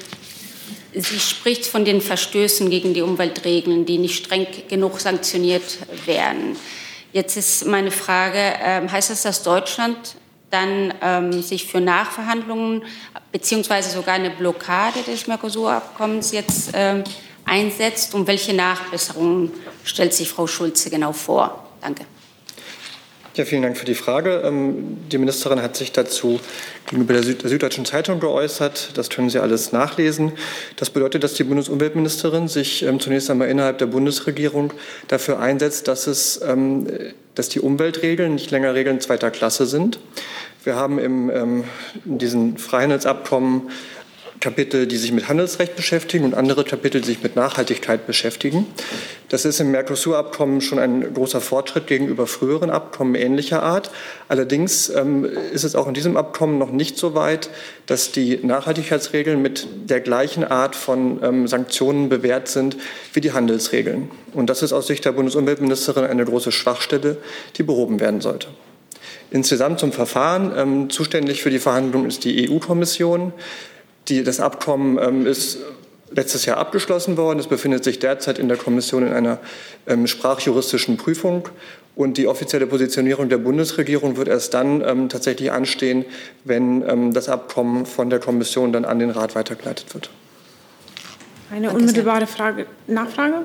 sie spricht von den Verstößen gegen die Umweltregeln, die nicht streng genug sanktioniert werden. Jetzt ist meine Frage, äh, heißt das, dass Deutschland dann ähm, sich für Nachverhandlungen beziehungsweise sogar eine Blockade des Mercosur-Abkommens jetzt äh, einsetzt? Und welche Nachbesserungen stellt sich Frau Schulze genau vor? Danke.
Ja, vielen Dank für die Frage. Die Ministerin hat sich dazu gegenüber der, Süd- der Süddeutschen Zeitung geäußert. Das können Sie alles nachlesen. Das bedeutet, dass die Bundesumweltministerin sich ähm, zunächst einmal innerhalb der Bundesregierung dafür einsetzt, dass, es, ähm, dass die Umweltregeln nicht länger Regeln zweiter Klasse sind. Wir haben im, ähm, in diesen Freihandelsabkommen Kapitel, die sich mit Handelsrecht beschäftigen und andere Kapitel, die sich mit Nachhaltigkeit beschäftigen. Das ist im Mercosur-Abkommen schon ein großer Fortschritt gegenüber früheren Abkommen ähnlicher Art. Allerdings ähm, ist es auch in diesem Abkommen noch nicht so weit, dass die Nachhaltigkeitsregeln mit der gleichen Art von ähm, Sanktionen bewährt sind wie die Handelsregeln. Und das ist aus Sicht der Bundesumweltministerin eine große Schwachstelle, die behoben werden sollte. Insgesamt zum Verfahren. Ähm, zuständig für die Verhandlungen ist die E U-Kommission. Die, das Abkommen ähm, ist letztes Jahr abgeschlossen worden. Es befindet sich derzeit in der Kommission in einer ähm, sprachjuristischen Prüfung. Und die offizielle Positionierung der Bundesregierung wird erst dann ähm, tatsächlich anstehen, wenn ähm, das Abkommen von der Kommission dann an den Rat weitergeleitet wird.
Eine unmittelbare Frage, Nachfrage?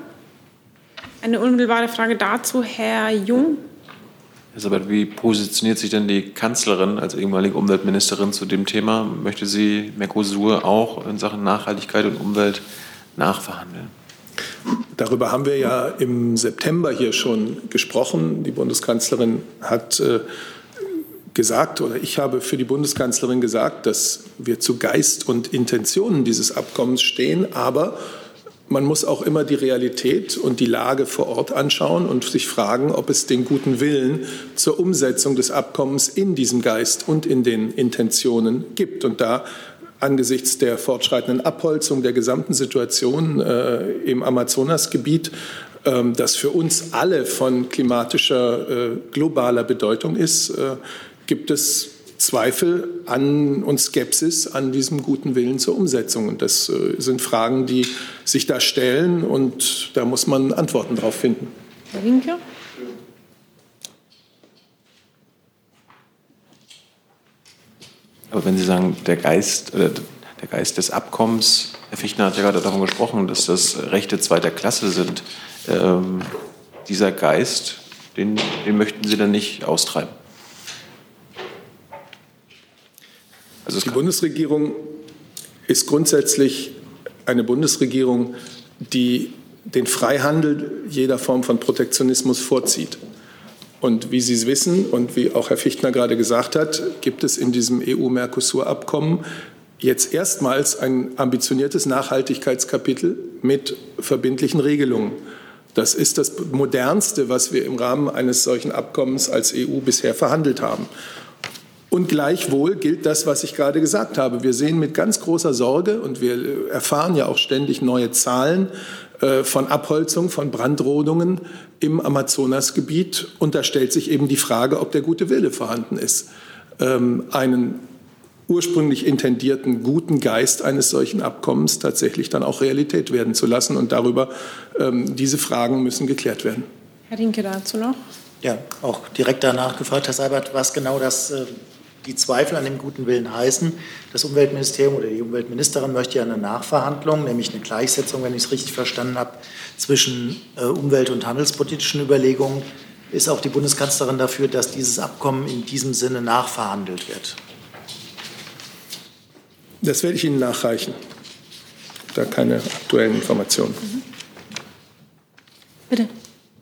Eine unmittelbare Frage dazu, Herr Jung.
Herr Seibert, wie positioniert sich denn die Kanzlerin als ehemalige Umweltministerin zu dem Thema? Möchte sie Mercosur auch in Sachen Nachhaltigkeit und Umwelt nachverhandeln?
Darüber haben wir ja im September hier schon gesprochen. Die Bundeskanzlerin hat äh, gesagt, oder ich habe für die Bundeskanzlerin gesagt, dass wir zu Geist und Intentionen dieses Abkommens stehen, aber man muss auch immer die Realität und die Lage vor Ort anschauen und sich fragen, ob es den guten Willen zur Umsetzung des Abkommens in diesem Geist und in den Intentionen gibt. Und da angesichts der fortschreitenden Abholzung der gesamten Situation äh, im Amazonasgebiet, äh, das für uns alle von klimatischer äh, globaler Bedeutung ist, äh, gibt es Zweifel an und Skepsis an diesem guten Willen zur Umsetzung. Und das äh, sind Fragen, die sich da stellen, und da muss man Antworten drauf finden.
Herr Rinke?
Aber wenn Sie sagen, der Geist, äh, der Geist des Abkommens, Herr Fichtner hat ja gerade davon gesprochen, dass das Rechte zweiter Klasse sind. Ähm, dieser Geist, den, den möchten Sie dann nicht austreiben?
Also die Bundesregierung ist grundsätzlich eine Bundesregierung, die den Freihandel jeder Form von Protektionismus vorzieht. Und wie Sie es wissen und wie auch Herr Fichtner gerade gesagt hat, gibt es in diesem E U-Mercosur-Abkommen jetzt erstmals ein ambitioniertes Nachhaltigkeitskapitel mit verbindlichen Regelungen. Das ist das Modernste, was wir im Rahmen eines solchen Abkommens als E U bisher verhandelt haben. Und gleichwohl gilt das, was ich gerade gesagt habe. Wir sehen mit ganz großer Sorge, und wir erfahren ja auch ständig neue Zahlen äh, von Abholzung, von Brandrodungen im Amazonasgebiet. Und da stellt sich eben die Frage, ob der gute Wille vorhanden ist, ähm, einen ursprünglich intendierten guten Geist eines solchen Abkommens tatsächlich dann auch Realität werden zu lassen. Und darüber, ähm, diese Fragen müssen geklärt werden.
Herr Rinke dazu noch?
Ja, auch direkt danach gefragt, Herr Seibert, was genau das, äh, die Zweifel an dem guten Willen heißen. Das Umweltministerium oder die Umweltministerin möchte ja eine Nachverhandlung, nämlich eine Gleichsetzung, wenn ich es richtig verstanden habe, zwischen äh, umwelt- und handelspolitischen Überlegungen. Ist auch die Bundeskanzlerin dafür, dass dieses Abkommen in diesem Sinne nachverhandelt wird?
Das werde ich Ihnen nachreichen. Da keine aktuellen Informationen.
Mhm. Bitte.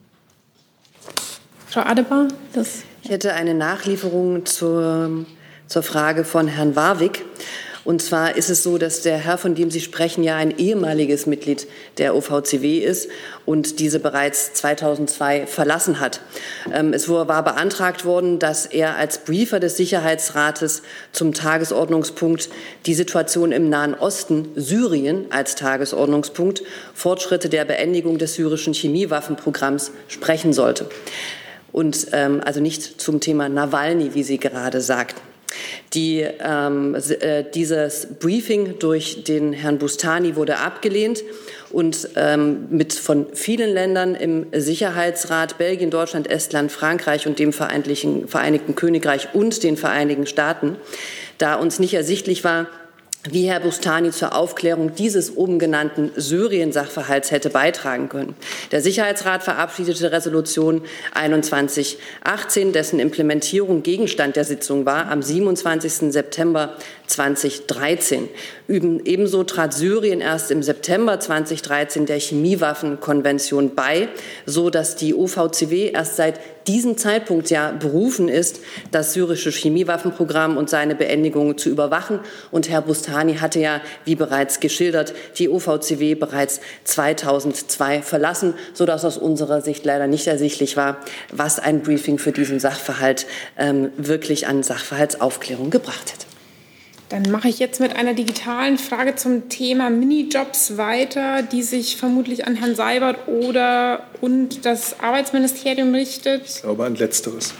Frau Adebar, das
ich hätte eine Nachlieferung zur, zur Frage von Herrn Warwick. Und zwar ist es so, dass der Herr, von dem Sie sprechen, ja ein ehemaliges Mitglied der O V C W ist und diese bereits zweitausendzwei verlassen hat. Es war beantragt worden, dass er als Briefer des Sicherheitsrates zum Tagesordnungspunkt die Situation im Nahen Osten, Syrien als Tagesordnungspunkt, Fortschritte der Beendigung des syrischen Chemiewaffenprogramms sprechen sollte. Und ähm, also nicht zum Thema Nawalny, wie Sie gerade sagten. Die, ähm, äh, dieses Briefing durch den Herrn Boustany wurde abgelehnt und ähm, mit von vielen Ländern im Sicherheitsrat, Belgien, Deutschland, Estland, Frankreich und dem Vereinigten, Vereinigten Königreich und den Vereinigten Staaten, da uns nicht ersichtlich war, wie Herr Boustany zur Aufklärung dieses oben genannten Syrien-Sachverhalts hätte beitragen können. Der Sicherheitsrat verabschiedete Resolution einundzwanzig achtzehn, dessen Implementierung Gegenstand der Sitzung war, am siebenundzwanzigsten September zweitausenddreizehn. Ebenso trat Syrien erst im September zweitausenddreizehn der Chemiewaffenkonvention bei, so dass die O V C W erst seit diesem Zeitpunkt ja berufen ist, das syrische Chemiewaffenprogramm und seine Beendigung zu überwachen. Und Herr Boustany hatte ja, wie bereits geschildert, die O V C W bereits zweitausendzwei verlassen, sodass aus unserer Sicht leider nicht ersichtlich war, was ein Briefing für diesen Sachverhalt ähm, wirklich an Sachverhaltsaufklärung gebracht hätte.
Dann mache ich jetzt mit einer digitalen Frage zum Thema Minijobs weiter, die sich vermutlich an Herrn Seibert oder und das Arbeitsministerium richtet.
Ich glaube an Letzteres.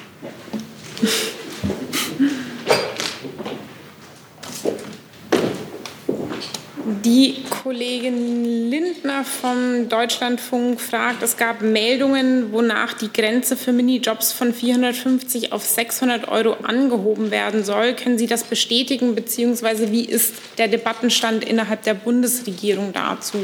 Die Kollegin Lindner vom Deutschlandfunk fragt, es gab Meldungen, wonach die Grenze für Minijobs von vierhundertfünfzig auf sechshundert Euro angehoben werden soll. Können Sie das bestätigen, beziehungsweise wie ist der Debattenstand innerhalb der Bundesregierung dazu?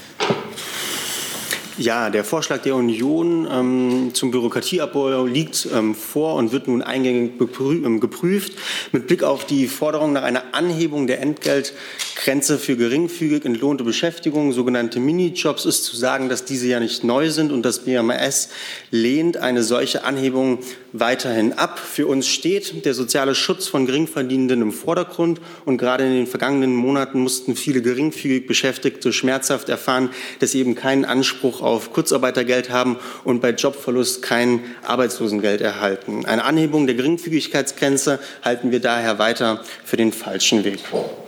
Ja, der Vorschlag der Union ähm, zum Bürokratieabbau liegt ähm, vor und wird nun eingängig beprü- ähm, geprüft. Mit Blick auf die Forderung nach einer Anhebung der Entgeltgrenze für geringfügig entlohnte Beschäftigung, sogenannte Minijobs, ist zu sagen, dass diese ja nicht neu sind und das B M A S lehnt eine solche Anhebung weiterhin ab. Für uns steht der soziale Schutz von Geringverdienenden im Vordergrund und gerade in den vergangenen Monaten mussten viele geringfügig Beschäftigte schmerzhaft erfahren, dass sie eben keinen Anspruch auf Kurzarbeitergeld haben und bei Jobverlust kein Arbeitslosengeld erhalten. Eine Anhebung der Geringfügigkeitsgrenze halten wir daher weiter für den falschen Weg.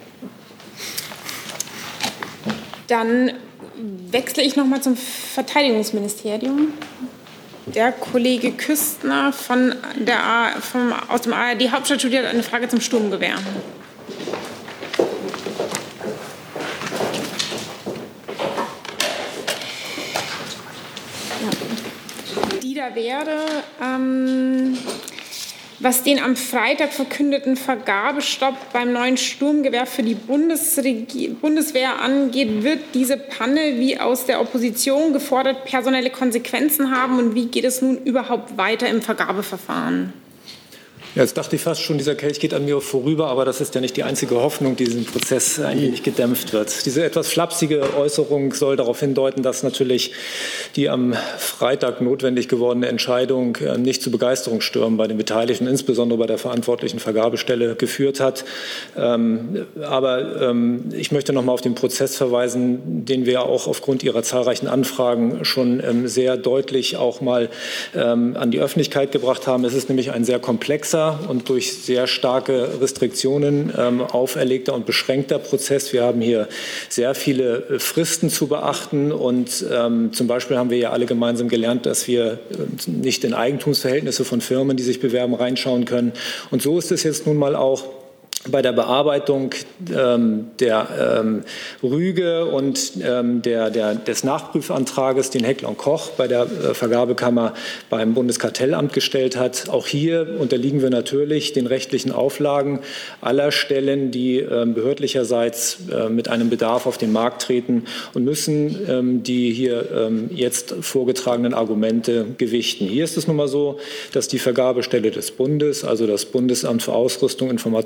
Dann wechsle ich noch mal zum Verteidigungsministerium. Der Kollege Küstner von der A, vom, aus dem A R D-Hauptstadtstudio hat eine Frage zum Sturmgewehr. Dieter Wehre, ähm, was den am Freitag verkündeten Vergabestopp beim neuen Sturmgewehr für die Bundesregie- Bundeswehr angeht, wird diese Panne, wie aus der Opposition gefordert, personelle Konsequenzen haben? Und wie geht es nun überhaupt weiter im Vergabeverfahren?
Ja, jetzt dachte ich fast schon, dieser Kelch geht an mir vorüber, aber das ist ja nicht die einzige Hoffnung, die diesem Prozess ein wenig gedämpft wird. Diese etwas flapsige Äußerung soll darauf hindeuten, dass natürlich die am Freitag notwendig gewordene Entscheidung nicht zu Begeisterungsstürmen bei den Beteiligten, insbesondere bei der verantwortlichen Vergabestelle, geführt hat. Aber ich möchte noch mal auf den Prozess verweisen, den wir auch aufgrund Ihrer zahlreichen Anfragen schon sehr deutlich auch mal an die Öffentlichkeit gebracht haben. Es ist nämlich ein sehr komplexer und durch sehr starke Restriktionen ähm, auferlegter und beschränkter Prozess. Wir haben hier sehr viele Fristen zu beachten und ähm, zum Beispiel haben wir ja alle gemeinsam gelernt, dass wir äh, nicht in Eigentumsverhältnisse von Firmen, die sich bewerben, reinschauen können. Und so ist es jetzt nun mal auch bei der Bearbeitung ähm, der ähm, Rüge und ähm, der, der, des Nachprüfantrages, den Heckler und Koch bei der äh, Vergabekammer beim Bundeskartellamt gestellt hat. Auch hier unterliegen wir natürlich den rechtlichen Auflagen aller Stellen, die ähm, behördlicherseits äh, mit einem Bedarf auf den Markt treten und müssen ähm, die hier ähm, jetzt vorgetragenen Argumente gewichten. Hier ist es nun mal so, dass die Vergabestelle des Bundes, also das Bundesamt für Ausrüstung, Informationstechnik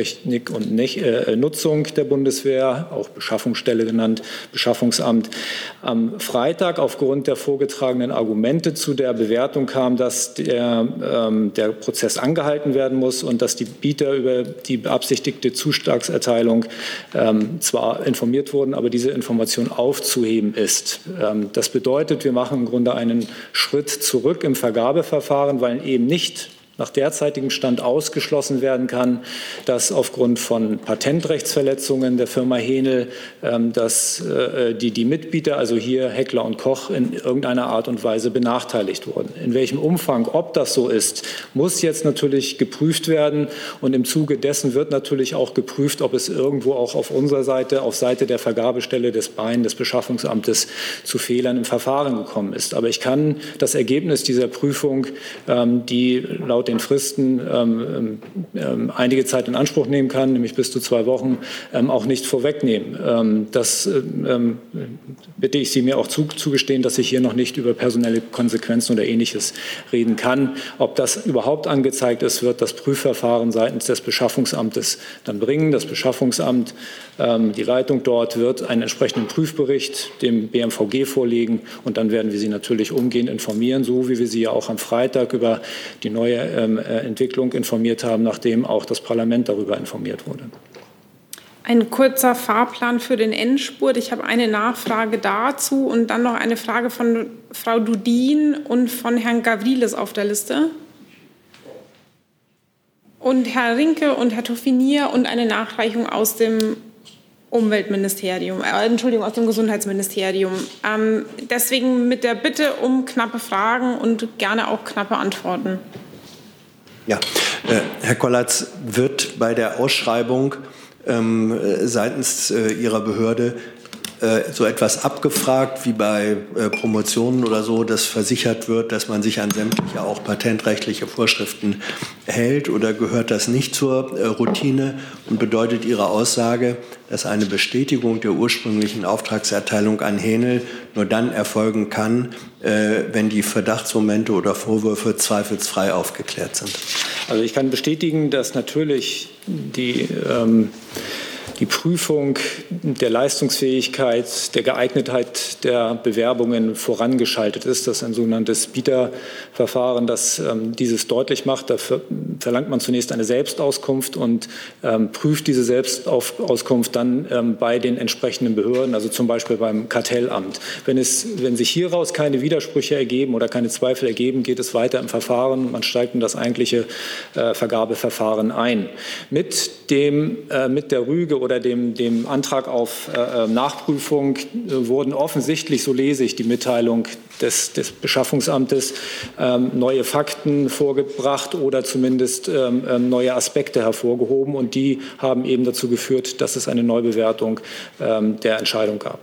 Technik und Nutzung der Bundeswehr, auch Beschaffungsstelle genannt, Beschaffungsamt, am Freitag aufgrund der vorgetragenen Argumente zu der Bewertung kam, dass der, ähm, der Prozess angehalten werden muss und dass die Bieter über die beabsichtigte Zuschlagserteilung ähm, zwar informiert wurden, aber diese Information aufzuheben ist. Ähm, das bedeutet, wir machen im Grunde einen Schritt zurück im Vergabeverfahren, weil eben nicht nach derzeitigem Stand ausgeschlossen werden kann, dass aufgrund von Patentrechtsverletzungen der Firma Henel, ähm, dass äh, die, die Mitbieter, also hier Heckler und Koch, in irgendeiner Art und Weise benachteiligt wurden. In welchem Umfang, ob das so ist, muss jetzt natürlich geprüft werden. Und im Zuge dessen wird natürlich auch geprüft, ob es irgendwo auch auf unserer Seite, auf Seite der Vergabestelle des B A I N, des Beschaffungsamtes, zu Fehlern im Verfahren gekommen ist. Aber ich kann das Ergebnis dieser Prüfung, ähm, die laut den Fristen ähm, ähm, einige Zeit in Anspruch nehmen kann, nämlich bis zu zwei Wochen, ähm, auch nicht vorwegnehmen. Ähm, das ähm, bitte ich Sie mir auch zu, zugestehen, dass ich hier noch nicht über personelle Konsequenzen oder Ähnliches reden kann. Ob das überhaupt angezeigt ist, wird das Prüfverfahren seitens des Beschaffungsamtes dann bringen. Das Beschaffungsamt, ähm, die Leitung dort, wird einen entsprechenden Prüfbericht dem B M V G vorlegen und dann werden wir Sie natürlich umgehend informieren, so wie wir Sie ja auch am Freitag über die neue Entwicklung informiert haben, nachdem auch das Parlament darüber informiert wurde.
Ein kurzer Fahrplan für den Endspurt. Ich habe eine Nachfrage dazu und dann noch eine Frage von Frau Dudin und von Herrn Gavrilis auf der Liste. Und Herr Rinke und Herr Toffinier und eine Nachreichung aus dem Umweltministerium, äh, Entschuldigung, aus dem Gesundheitsministerium. Ähm, deswegen mit der Bitte um knappe Fragen und gerne auch knappe Antworten.
Ja, äh, Herr Kollatz, wird bei der Ausschreibung ähm, seitens äh, Ihrer Behörde äh, so etwas abgefragt wie bei äh, Promotionen oder so, dass versichert wird, dass man sich an sämtliche auch patentrechtliche Vorschriften hält, oder gehört das nicht zur äh, Routine und bedeutet Ihre Aussage, dass eine Bestätigung der ursprünglichen Auftragserteilung an Henel nur dann erfolgen kann, äh, wenn die Verdachtsmomente oder Vorwürfe zweifelsfrei aufgeklärt sind?
Also ich kann bestätigen, dass natürlich die ähm, die Prüfung der Leistungsfähigkeit, der Geeignetheit der Bewerbungen vorangeschaltet ist. Das ist ein sogenanntes Bieterverfahren, das ähm, dieses deutlich macht. Dafür verlangt man zunächst eine Selbstauskunft und ähm, prüft diese Selbstauskunft dann ähm, bei den entsprechenden Behörden, also zum Beispiel beim Kartellamt. Wenn, es, wenn sich hieraus keine Widersprüche ergeben oder keine Zweifel ergeben, geht es weiter im Verfahren. Man steigt in das eigentliche äh, Vergabeverfahren ein. Mit, dem, äh, mit der Rüge oder oder dem, dem Antrag auf äh, Nachprüfung äh, wurden offensichtlich, so lese ich die Mitteilung des, des Beschaffungsamtes, ähm, neue Fakten vorgebracht oder zumindest ähm, neue Aspekte hervorgehoben. Und die haben eben dazu geführt, dass es eine Neubewertung ähm, der Entscheidung gab.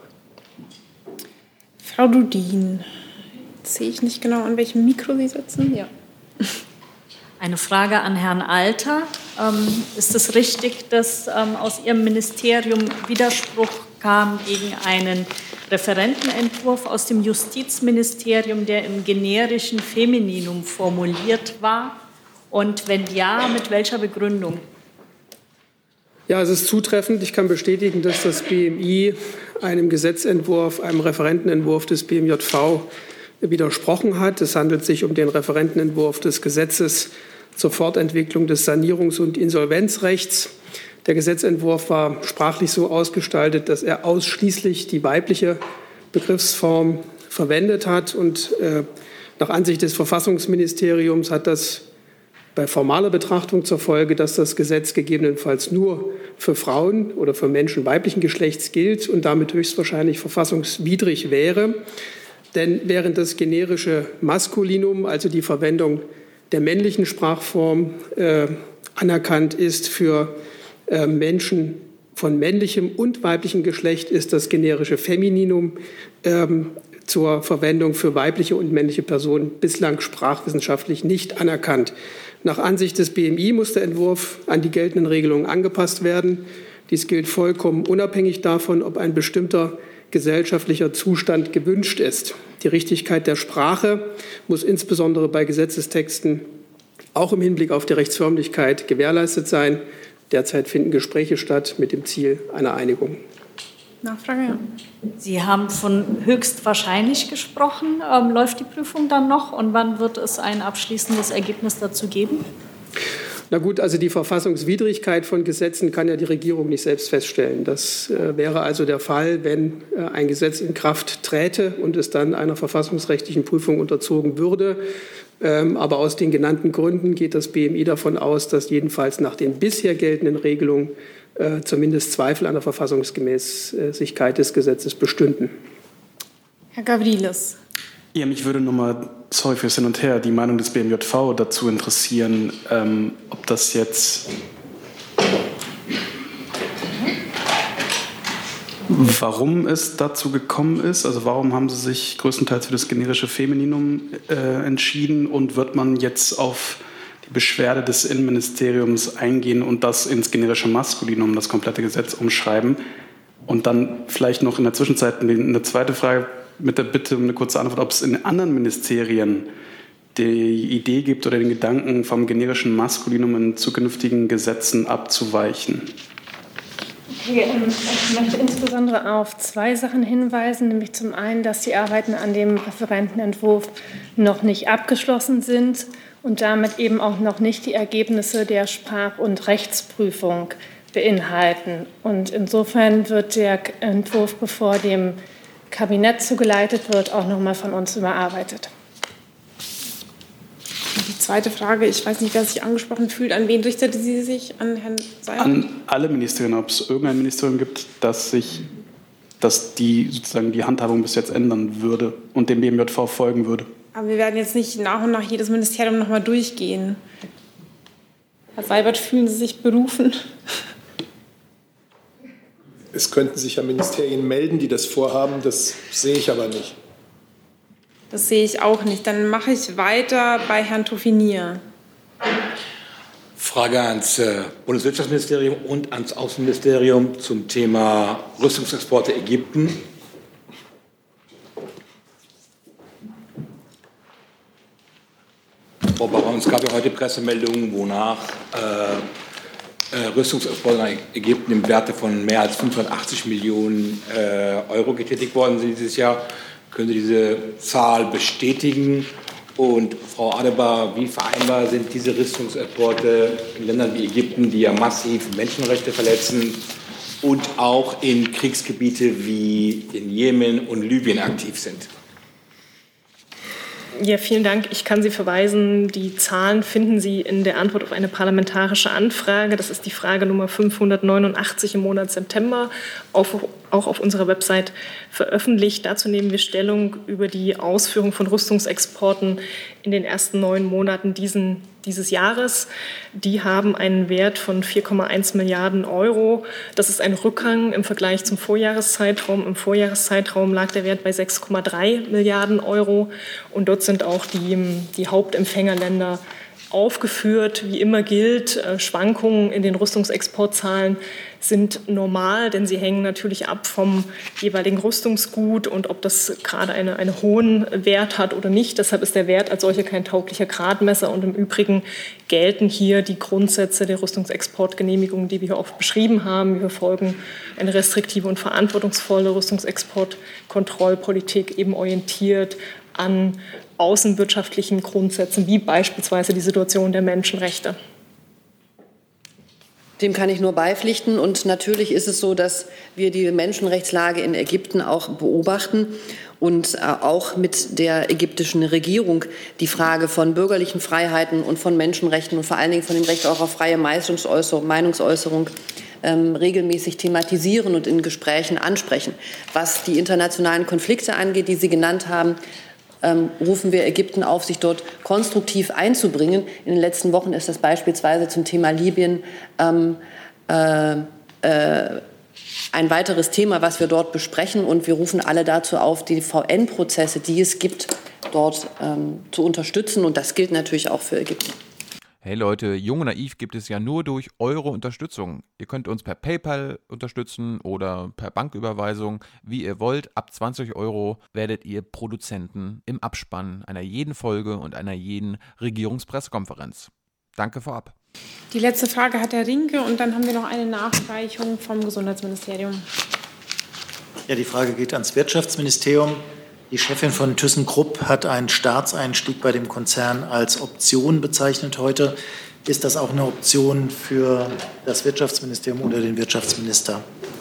Frau Dudin, jetzt sehe ich nicht genau, an welchem Mikro Sie sitzen. Ja.
Eine Frage an Herrn Alter. Ähm, ist es richtig, dass ähm, aus Ihrem Ministerium Widerspruch kam gegen einen Referentenentwurf aus dem Justizministerium, der im generischen Femininum formuliert war? Und wenn ja, mit welcher Begründung?
Ja, es ist zutreffend. Ich kann bestätigen, dass das B M I einem Gesetzentwurf, einem Referentenentwurf des B M J V widersprochen hat. Es handelt sich um den Referentenentwurf des Gesetzes zur Fortentwicklung des Sanierungs- und Insolvenzrechts. Der Gesetzentwurf war sprachlich so ausgestaltet, dass er ausschließlich die weibliche Begriffsform verwendet hat. Und äh, nach Ansicht des Verfassungsministeriums hat das bei formaler Betrachtung zur Folge, dass das Gesetz gegebenenfalls nur für Frauen oder für Menschen weiblichen Geschlechts gilt und damit höchstwahrscheinlich verfassungswidrig wäre. Denn während das generische Maskulinum, also die Verwendung der männlichen Sprachform, äh, anerkannt ist für äh, Menschen von männlichem und weiblichem Geschlecht, ist das generische Femininum äh, zur Verwendung für weibliche und männliche Personen bislang sprachwissenschaftlich nicht anerkannt. Nach Ansicht des B M I muss der Entwurf an die geltenden Regelungen angepasst werden. Dies gilt vollkommen unabhängig davon, ob ein bestimmter gesellschaftlicher Zustand gewünscht ist. Die Richtigkeit der Sprache muss insbesondere bei Gesetzestexten auch im Hinblick auf die Rechtsförmlichkeit gewährleistet sein. Derzeit finden Gespräche statt mit dem Ziel einer Einigung.
Nachfrage, ja.
Sie haben von höchstwahrscheinlich gesprochen. Ähm, läuft die Prüfung dann noch und wann wird es ein abschließendes Ergebnis dazu geben?
Na gut, also die Verfassungswidrigkeit von Gesetzen kann ja die Regierung nicht selbst feststellen. Das äh, wäre also der Fall, wenn äh, ein Gesetz in Kraft träte und es dann einer verfassungsrechtlichen Prüfung unterzogen würde. Ähm, aber aus den genannten Gründen geht das B M I davon aus, dass jedenfalls nach den bisher geltenden Regelungen äh, zumindest Zweifel an der Verfassungsmäßigkeit des Gesetzes bestünden.
Herr Gavrilis.
Ja, mich würde nochmal, sorry fürs Hin und Her, die Meinung des B M J V dazu interessieren, ähm, ob das jetzt, warum es dazu gekommen ist, also warum haben Sie sich größtenteils für das generische Femininum äh, entschieden und wird man jetzt auf die Beschwerde des Innenministeriums eingehen und das ins generische Maskulinum, das komplette Gesetz, umschreiben? Und dann vielleicht noch in der Zwischenzeit eine zweite Frage, mit der Bitte um eine kurze Antwort, ob es in anderen Ministerien die Idee gibt oder den Gedanken, vom generischen Maskulinum in zukünftigen Gesetzen abzuweichen.
Okay, ich möchte insbesondere auf zwei Sachen hinweisen, nämlich zum einen, dass die Arbeiten an dem Referentenentwurf noch nicht abgeschlossen sind und damit eben auch noch nicht die Ergebnisse der Sprach- und Rechtsprüfung beinhalten. Und insofern wird der Entwurf, bevor dem Kabinett zugeleitet wird, auch noch mal von uns überarbeitet.
Die zweite Frage, ich weiß nicht, wer sich angesprochen fühlt. An wen richtete sie sich? An Herrn Seibert?
An alle Ministerien, ob es irgendein Ministerium gibt, das sich, dass die sozusagen die Handhabung bis jetzt ändern würde und dem B M J V folgen würde.
Aber wir werden jetzt nicht nach und nach jedes Ministerium noch mal durchgehen. Herr Seibert, fühlen Sie sich berufen?
Es könnten sich ja Ministerien melden, die das vorhaben. Das sehe ich aber nicht.
Das sehe ich auch nicht. Dann mache ich weiter bei Herrn Toffinier.
Frage ans äh, Bundeswirtschaftsministerium und ans Außenministerium zum Thema Rüstungsexporte Ägypten. Frau Baron, es gab ja heute Pressemeldungen, wonach äh, Äh, Rüstungsexporte nach Ägypten im Werte von mehr als fünfhundertachtzig Millionen äh, Euro getätigt worden sind dieses Jahr. Können Sie diese Zahl bestätigen? Und Frau Adebar, wie vereinbar sind diese Rüstungsexporte in Ländern wie Ägypten, die ja massiv Menschenrechte verletzen und auch in Kriegsgebiete wie in Jemen und Libyen aktiv sind?
Ja, vielen Dank. Ich kann Sie verweisen. Die Zahlen finden Sie in der Antwort auf eine parlamentarische Anfrage. Das ist die Frage Nummer fünfhundertneunundachtzig im Monat September, auf, auch auf unserer Website veröffentlicht. Dazu nehmen wir Stellung über die Ausführung von Rüstungsexporten in den ersten neun Monaten diesen, dieses Jahres. Die haben einen Wert von vier Komma eins Milliarden Euro. Das ist ein Rückgang im Vergleich zum Vorjahreszeitraum. Im Vorjahreszeitraum lag der Wert bei sechs Komma drei Milliarden Euro. Und dort sind auch die, die Hauptempfängerländer aufgeführt. Wie immer gilt, Schwankungen in den Rüstungsexportzahlen sind normal, denn sie hängen natürlich ab vom jeweiligen Rüstungsgut und ob das gerade eine, einen hohen Wert hat oder nicht. Deshalb ist der Wert als solcher kein tauglicher Gradmesser. Und im Übrigen gelten hier die Grundsätze der Rüstungsexportgenehmigung, die wir hier oft beschrieben haben. Wir verfolgen eine restriktive und verantwortungsvolle Rüstungsexportkontrollpolitik, eben orientiert an außenwirtschaftlichen Grundsätzen, wie beispielsweise die Situation der Menschenrechte.
Dem kann ich nur beipflichten. Und natürlich ist es so, dass wir die Menschenrechtslage in Ägypten auch beobachten und auch mit der ägyptischen Regierung die Frage von bürgerlichen Freiheiten und von Menschenrechten und vor allen Dingen von dem Recht auch auf freie Meinungsäußerung ähm, regelmäßig thematisieren und in Gesprächen ansprechen. Was die internationalen Konflikte angeht, die Sie genannt haben, Ähm, rufen wir Ägypten auf, sich dort konstruktiv einzubringen. In den letzten Wochen ist das beispielsweise zum Thema Libyen ähm, äh, äh, ein weiteres Thema, was wir dort besprechen. Und wir rufen alle dazu auf, die V N-Prozesse, die es gibt, dort ähm, zu unterstützen. Und das gilt natürlich auch für Ägypten.
Hey Leute, Jung und Naiv gibt es ja nur durch eure Unterstützung. Ihr könnt uns per PayPal unterstützen oder per Banküberweisung, wie ihr wollt. Ab zwanzig Euro werdet ihr Produzenten im Abspann einer jeden Folge und einer jeden Regierungspressekonferenz. Danke vorab.
Die letzte Frage hat Herr Rinke und dann haben wir noch eine Nachreichung vom Gesundheitsministerium.
Ja, die Frage geht ans Wirtschaftsministerium. Die Chefin von ThyssenKrupp hat einen Staatseinstieg bei dem Konzern als Option bezeichnet heute. Ist das auch eine Option für das Wirtschaftsministerium oder den Wirtschaftsminister?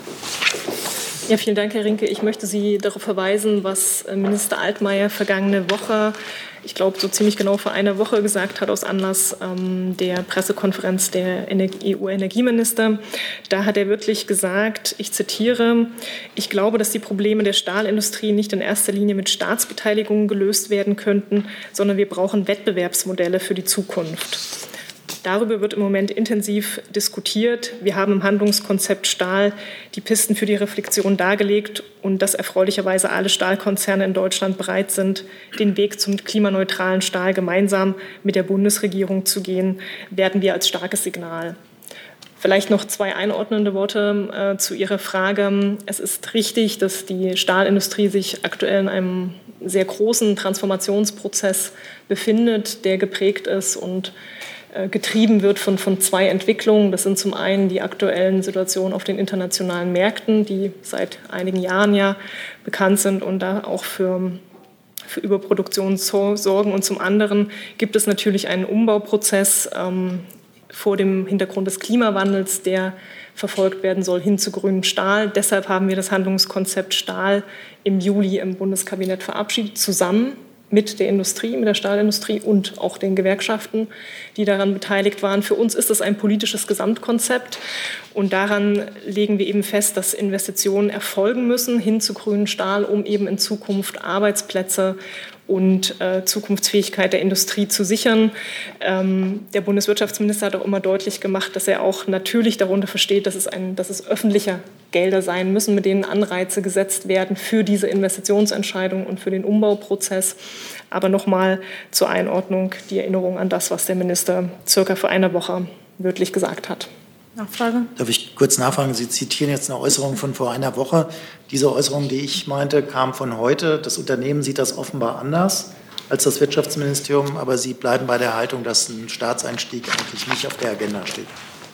Ja, vielen Dank, Herr Rinke. Ich möchte Sie darauf verweisen, was Minister Altmaier vergangene Woche, ich glaube so ziemlich genau vor einer Woche gesagt hat, aus Anlass ähm, der Pressekonferenz der E U-Energieminister. Da hat er wirklich gesagt, ich zitiere, ich glaube, dass die Probleme der Stahlindustrie nicht in erster Linie mit Staatsbeteiligungen gelöst werden könnten, sondern wir brauchen Wettbewerbsmodelle für die Zukunft. Darüber wird im Moment intensiv diskutiert. Wir haben im Handlungskonzept Stahl die Pisten für die Reflexion dargelegt und dass erfreulicherweise alle Stahlkonzerne in Deutschland bereit sind, den Weg zum klimaneutralen Stahl gemeinsam mit der Bundesregierung zu gehen, werden wir als starkes Signal. Vielleicht noch zwei einordnende Worte äh, zu Ihrer Frage. Es ist richtig, dass die Stahlindustrie sich aktuell in einem sehr großen Transformationsprozess befindet, der geprägt ist und getrieben wird von, von zwei Entwicklungen. Das sind zum einen die aktuellen Situationen auf den internationalen Märkten, die seit einigen Jahren ja bekannt sind und da auch für, für Überproduktion sorgen. Und zum anderen gibt es natürlich einen Umbauprozess ähm, vor dem Hintergrund des Klimawandels, der verfolgt werden soll hin zu grünem Stahl. Deshalb haben wir das Handlungskonzept Stahl im Juli im Bundeskabinett verabschiedet, zusammen mit der Industrie, mit der Stahlindustrie und auch den Gewerkschaften, die daran beteiligt waren. Für uns ist das ein politisches Gesamtkonzept und daran legen wir eben fest, dass Investitionen erfolgen müssen hin zu grünem Stahl, um eben in Zukunft Arbeitsplätze und äh, Zukunftsfähigkeit der Industrie zu sichern. Ähm, der Bundeswirtschaftsminister hat auch immer deutlich gemacht, dass er auch natürlich darunter versteht, dass es, ein, dass es öffentliche Gelder sein müssen, mit denen Anreize gesetzt werden für diese Investitionsentscheidung und für den Umbauprozess. Aber nochmal zur Einordnung die Erinnerung an das, was der Minister circa vor einer Woche wörtlich gesagt hat.
Nachfrage?
Darf ich kurz nachfragen? Sie zitieren jetzt eine Äußerung von vor einer Woche. Diese Äußerung, die ich meinte, kam von heute. Das Unternehmen sieht das offenbar anders als das Wirtschaftsministerium, aber Sie bleiben bei der Haltung, dass ein Staatseinstieg eigentlich nicht auf der Agenda steht.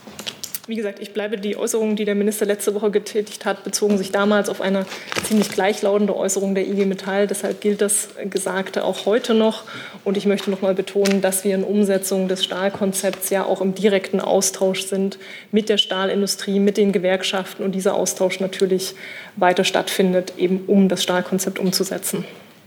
Wie gesagt, ich bleibe, die Äußerungen, die der Minister letzte Woche getätigt hat, bezogen sich damals auf eine ziemlich gleichlautende Äußerung der I G Metall. Deshalb gilt das Gesagte auch heute noch. Und ich möchte noch mal betonen, dass wir in Umsetzung des Stahlkonzepts ja auch im direkten Austausch sind mit der Stahlindustrie, mit den Gewerkschaften und dieser Austausch natürlich weiter stattfindet, eben um das Stahlkonzept umzusetzen.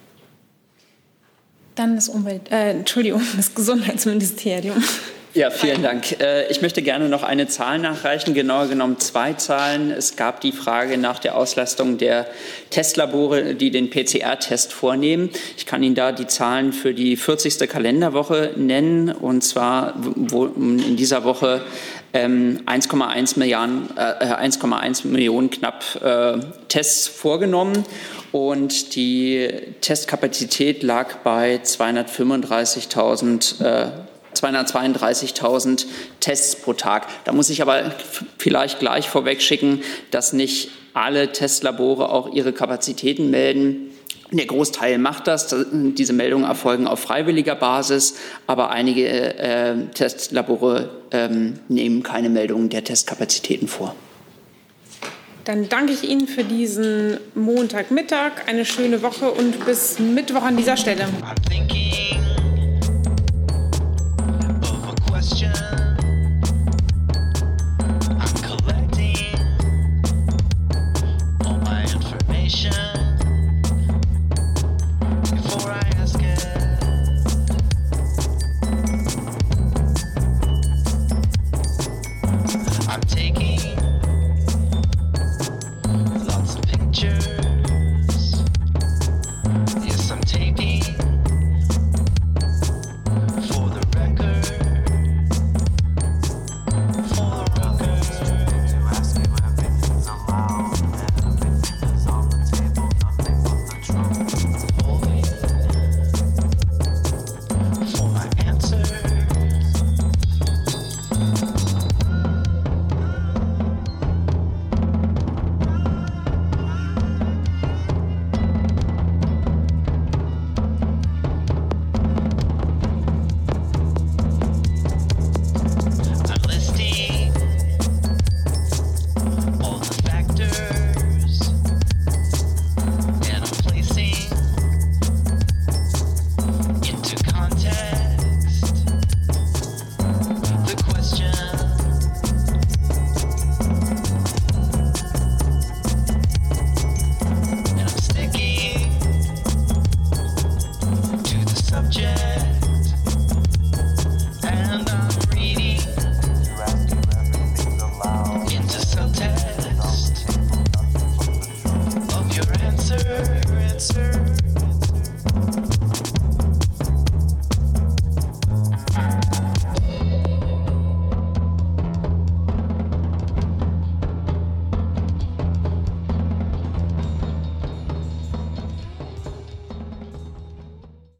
Dann das Umwelt, äh, Entschuldigung, das Gesundheitsministerium.
Ja, vielen Dank. Ich möchte gerne noch eine Zahl nachreichen, genauer genommen zwei Zahlen. Es gab die Frage nach der Auslastung der Testlabore, die den P C R-Test vornehmen. Ich kann Ihnen da die Zahlen für die vierzigste Kalenderwoche nennen. Und zwar wurden in dieser Woche ähm, eins Komma eins Milliarden, äh, eins Komma eins Millionen knapp äh, Tests vorgenommen. Und die Testkapazität lag bei zweihundertfünfunddreißigtausend äh, zweihundertzweiunddreißigtausend Tests pro Tag. Da muss ich aber vielleicht gleich vorweg schicken, dass nicht alle Testlabore auch ihre Kapazitäten melden. Der Großteil macht das. Diese Meldungen erfolgen auf freiwilliger Basis, aber einige äh, Testlabore äh, nehmen keine Meldungen der Testkapazitäten vor.
Dann danke ich Ihnen für diesen Montagmittag. Eine schöne Woche und bis Mittwoch an dieser Stelle.